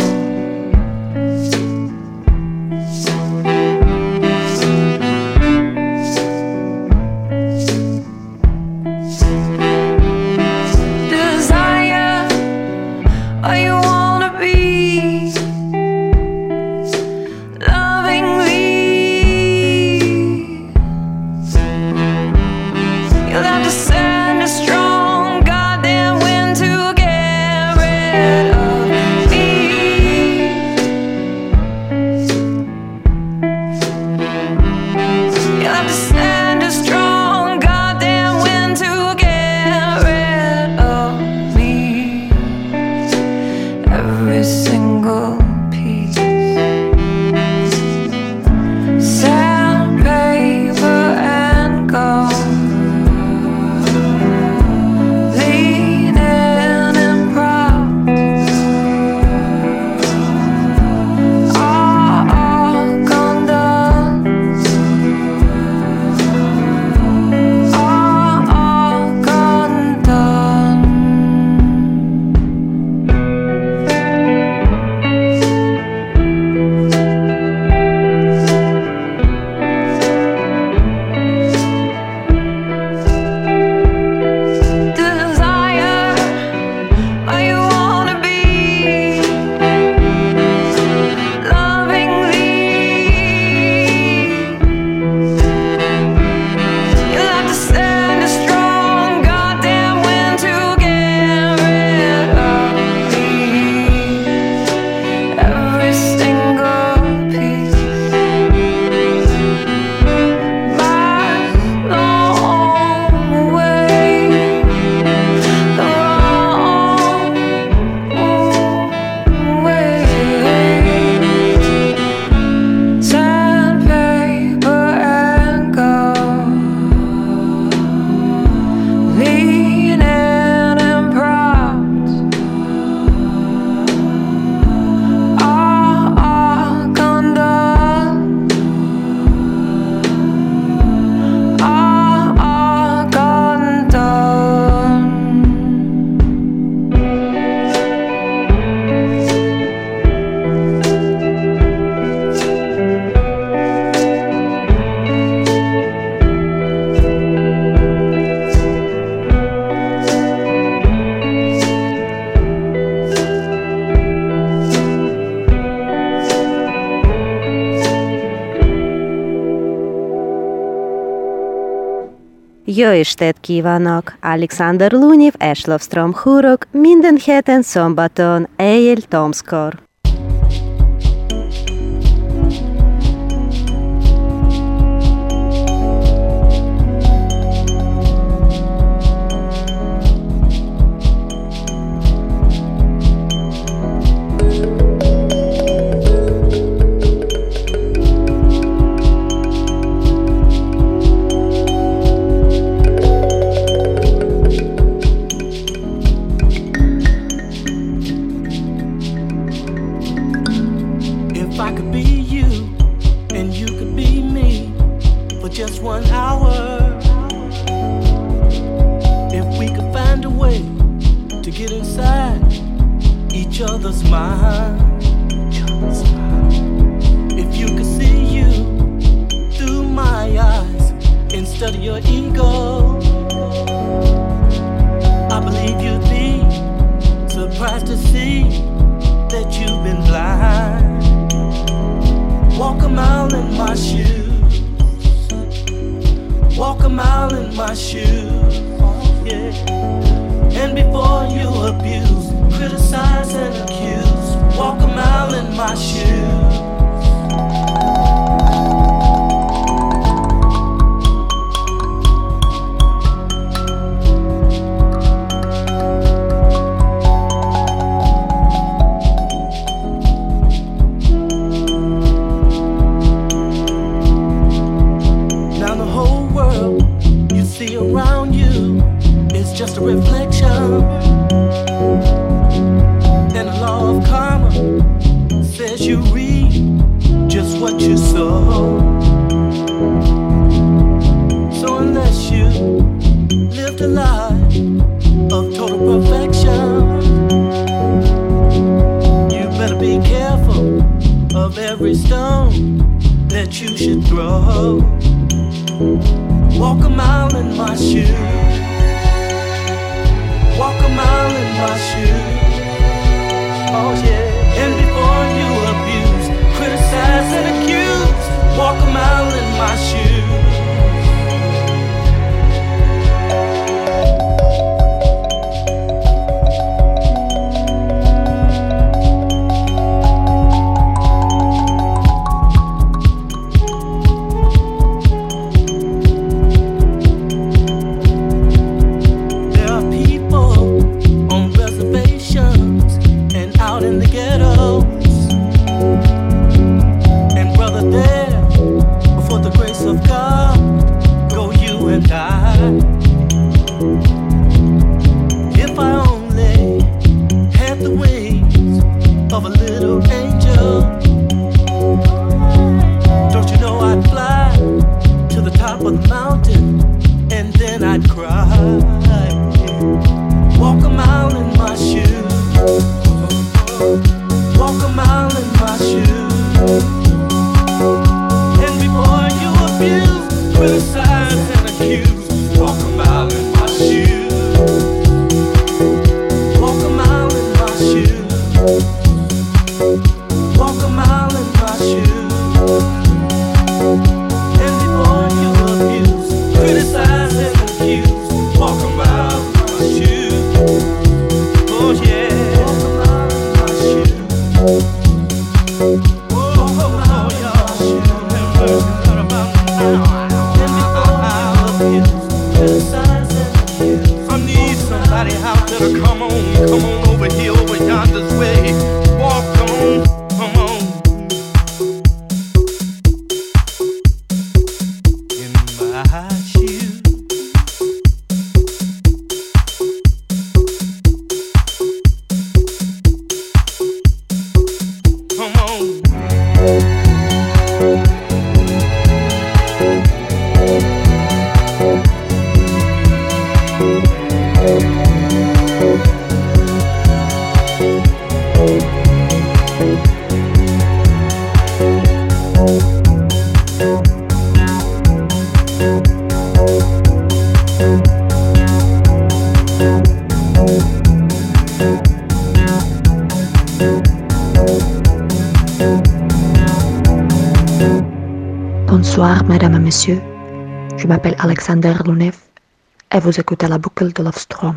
Jó estét kívánok! Alexander Lunev és Lovstrom húrok minden héten szombaton éjjel Tomskor. mile in my shoes. Yeah. And before you abuse, criticize and accuse, walk a mile in my shoes. Around you is just a reflection, and the law of karma says you reap just what you sow. So unless you lived a life of total perfection, you better be careful of every stone that you should throw. Walk a mile in my shoes. Walk a mile in my shoes. Oh yeah. And before you abuse, criticize and accuse, walk a mile in my shoes. Bonsoir, mesdames et messieurs. Je m'appelle Alexander Lunev et vous écoutez la boucle de Lovestrom.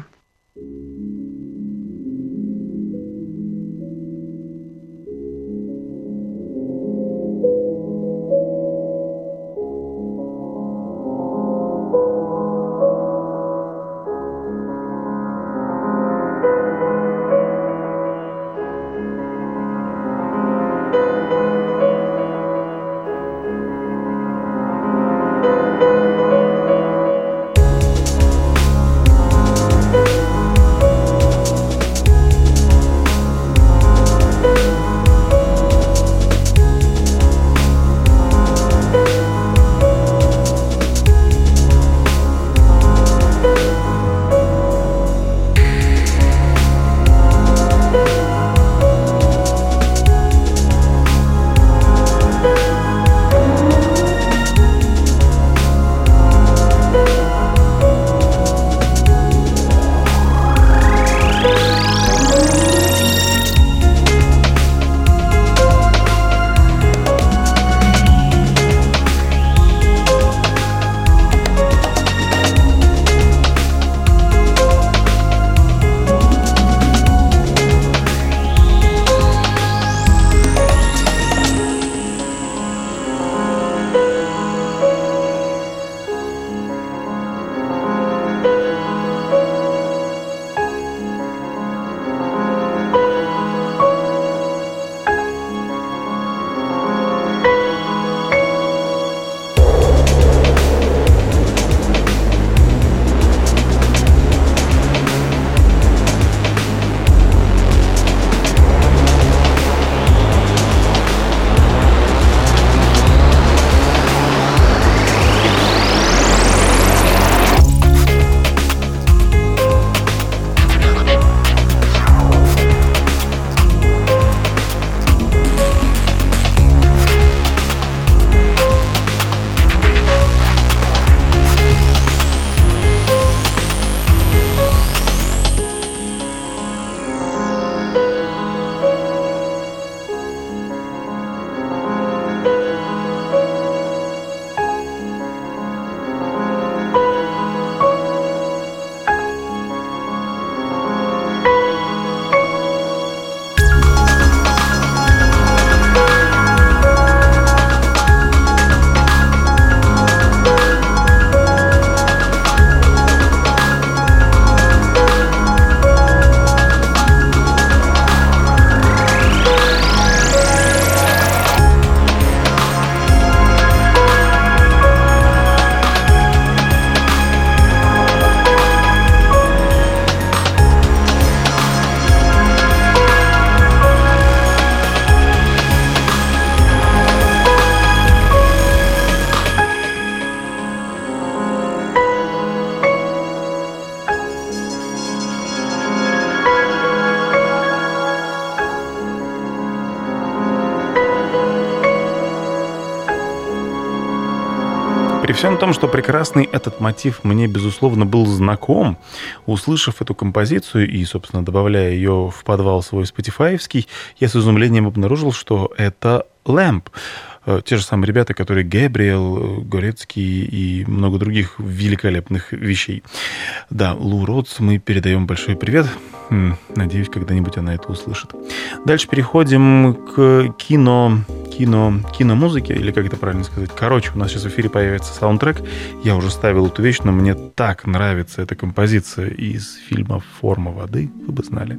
всем том, что прекрасный этот мотив мне, безусловно, был знаком, услышав эту композицию и, собственно, добавляя ее в подвал свой спотифаевский, я с изумлением обнаружил, что это Lamp. Те же самые ребята, которые Гэбриэл, Горецкий и много других великолепных вещей. Да, Лу Ротс, мы передаем большой привет. Надеюсь, когда-нибудь она это услышит. Дальше переходим к киномузыке, или как это правильно сказать. Короче, у нас сейчас в эфире появится саундтрек. Я уже ставил эту вещь, но мне так нравится эта композиция из фильма «Форма воды», вы бы знали.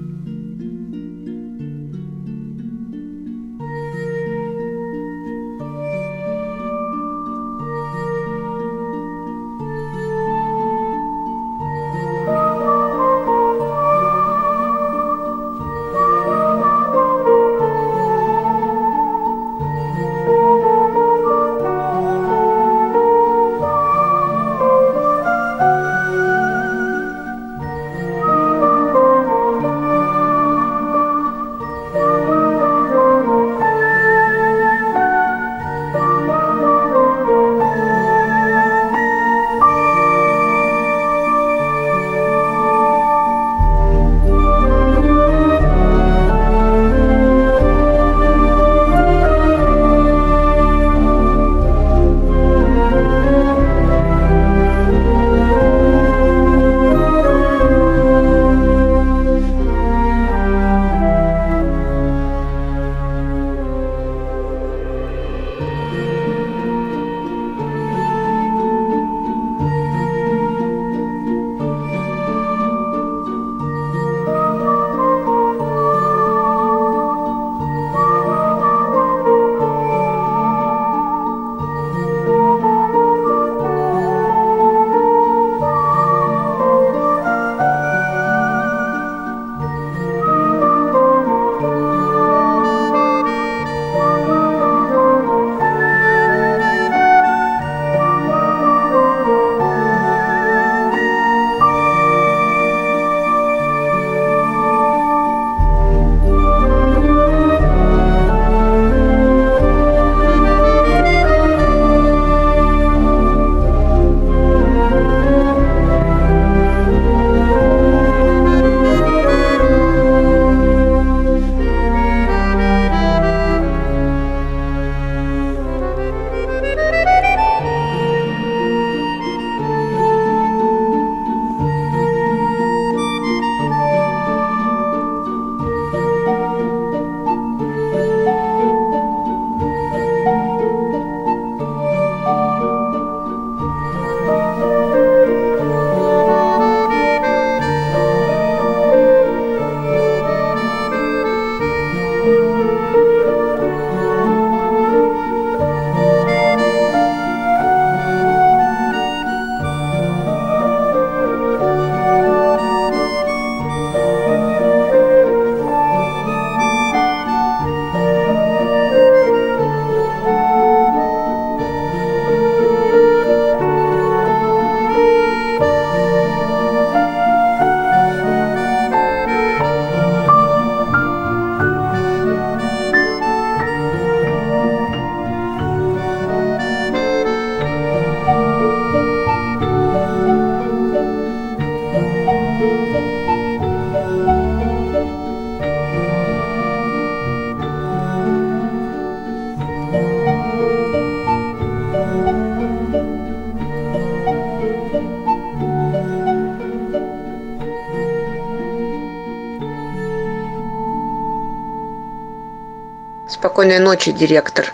Спокойной ночи, директор.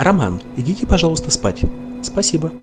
Роман, идите, пожалуйста, спать. Спасибо.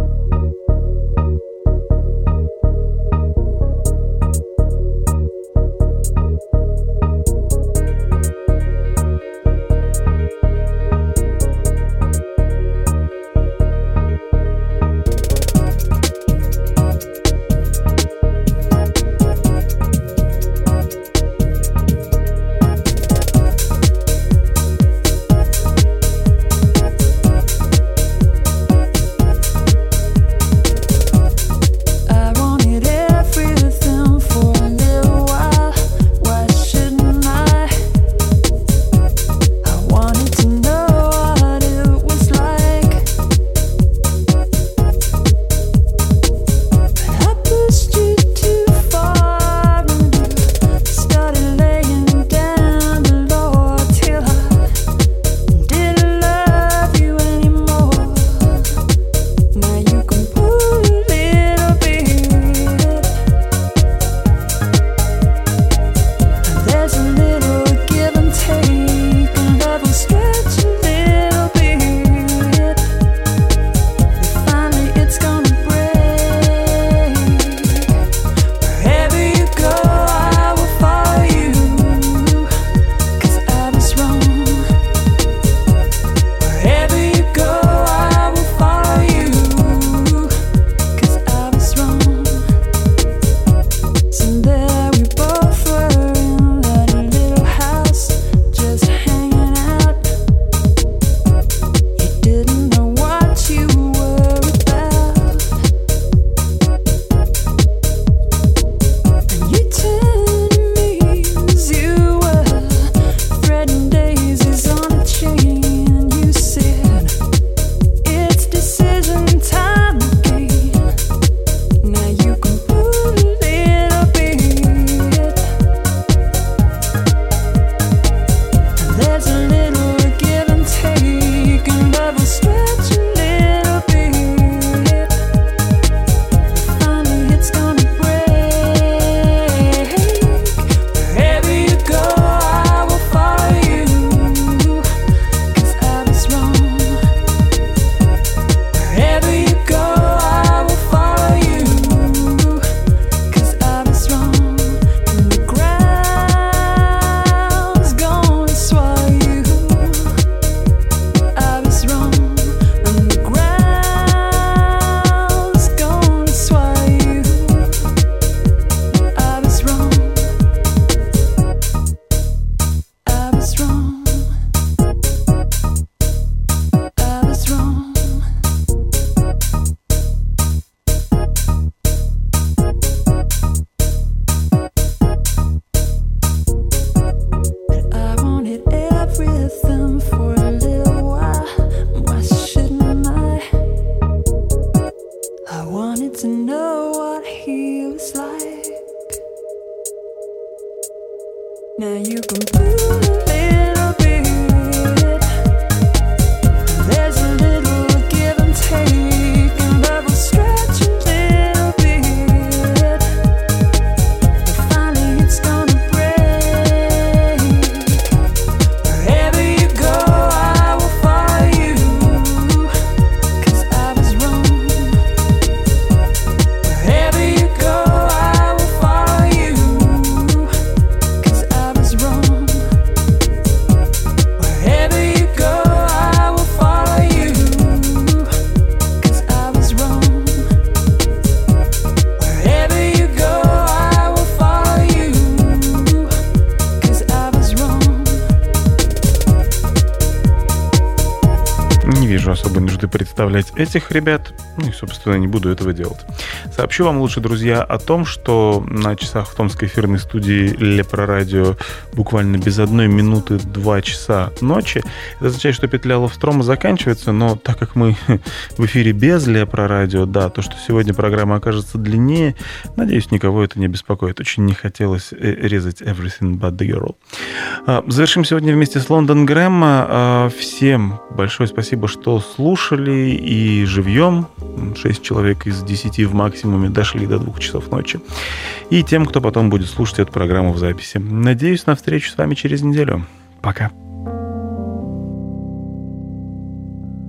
Представлять этих ребят, ну и, собственно, не буду этого делать. Сообщу вам лучше, друзья, о том, что на часах в томской эфирной студии Лепро Радио буквально без 1 минуты 2 часа ночи. Это означает, что петля Ловстрома заканчивается, но так как мы в эфире без Лепро Радио, да, то, что сегодня программа окажется длиннее, надеюсь, никого это не беспокоит. Очень не хотелось резать Everything But The Girl. Завершим сегодня вместе с Лондон Грэм. Всем большое спасибо, что слушали и живьем. 6 человек из 10 в максимуме дошли до 2 часов ночи. И тем, кто потом будет слушать эту программу в записи. Надеюсь на встречу с вами через неделю. Пока.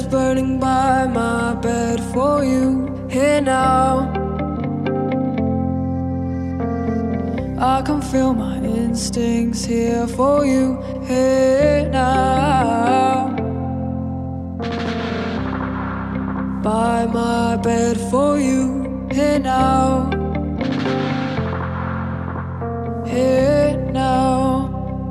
burning by my bed for you here now. I can feel my instincts here for you here now. By my bed for you here now. Here now.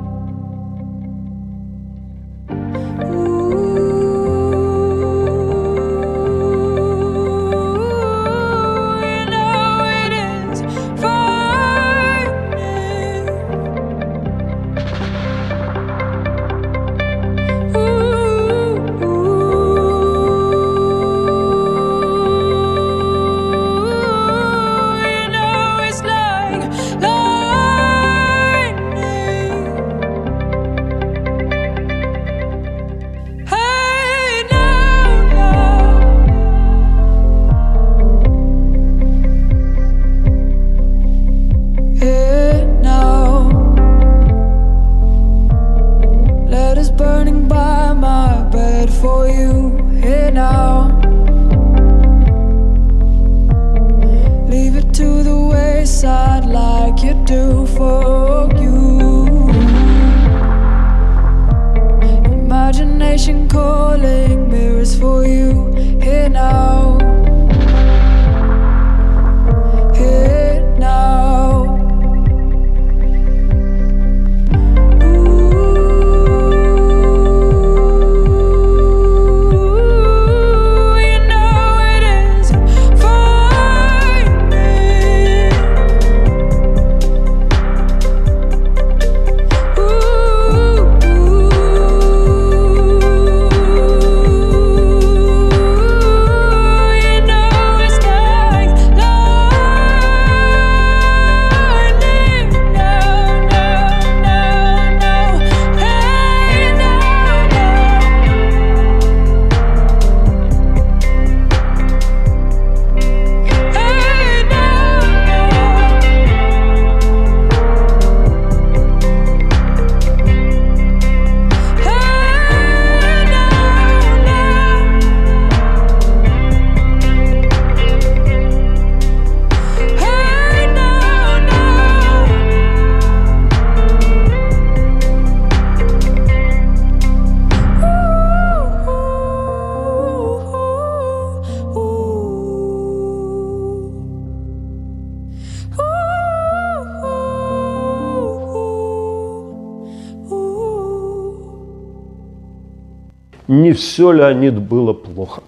Calling mirrors for you here now. Here now. You know it is frightening. Не все, Леонид, было плохо.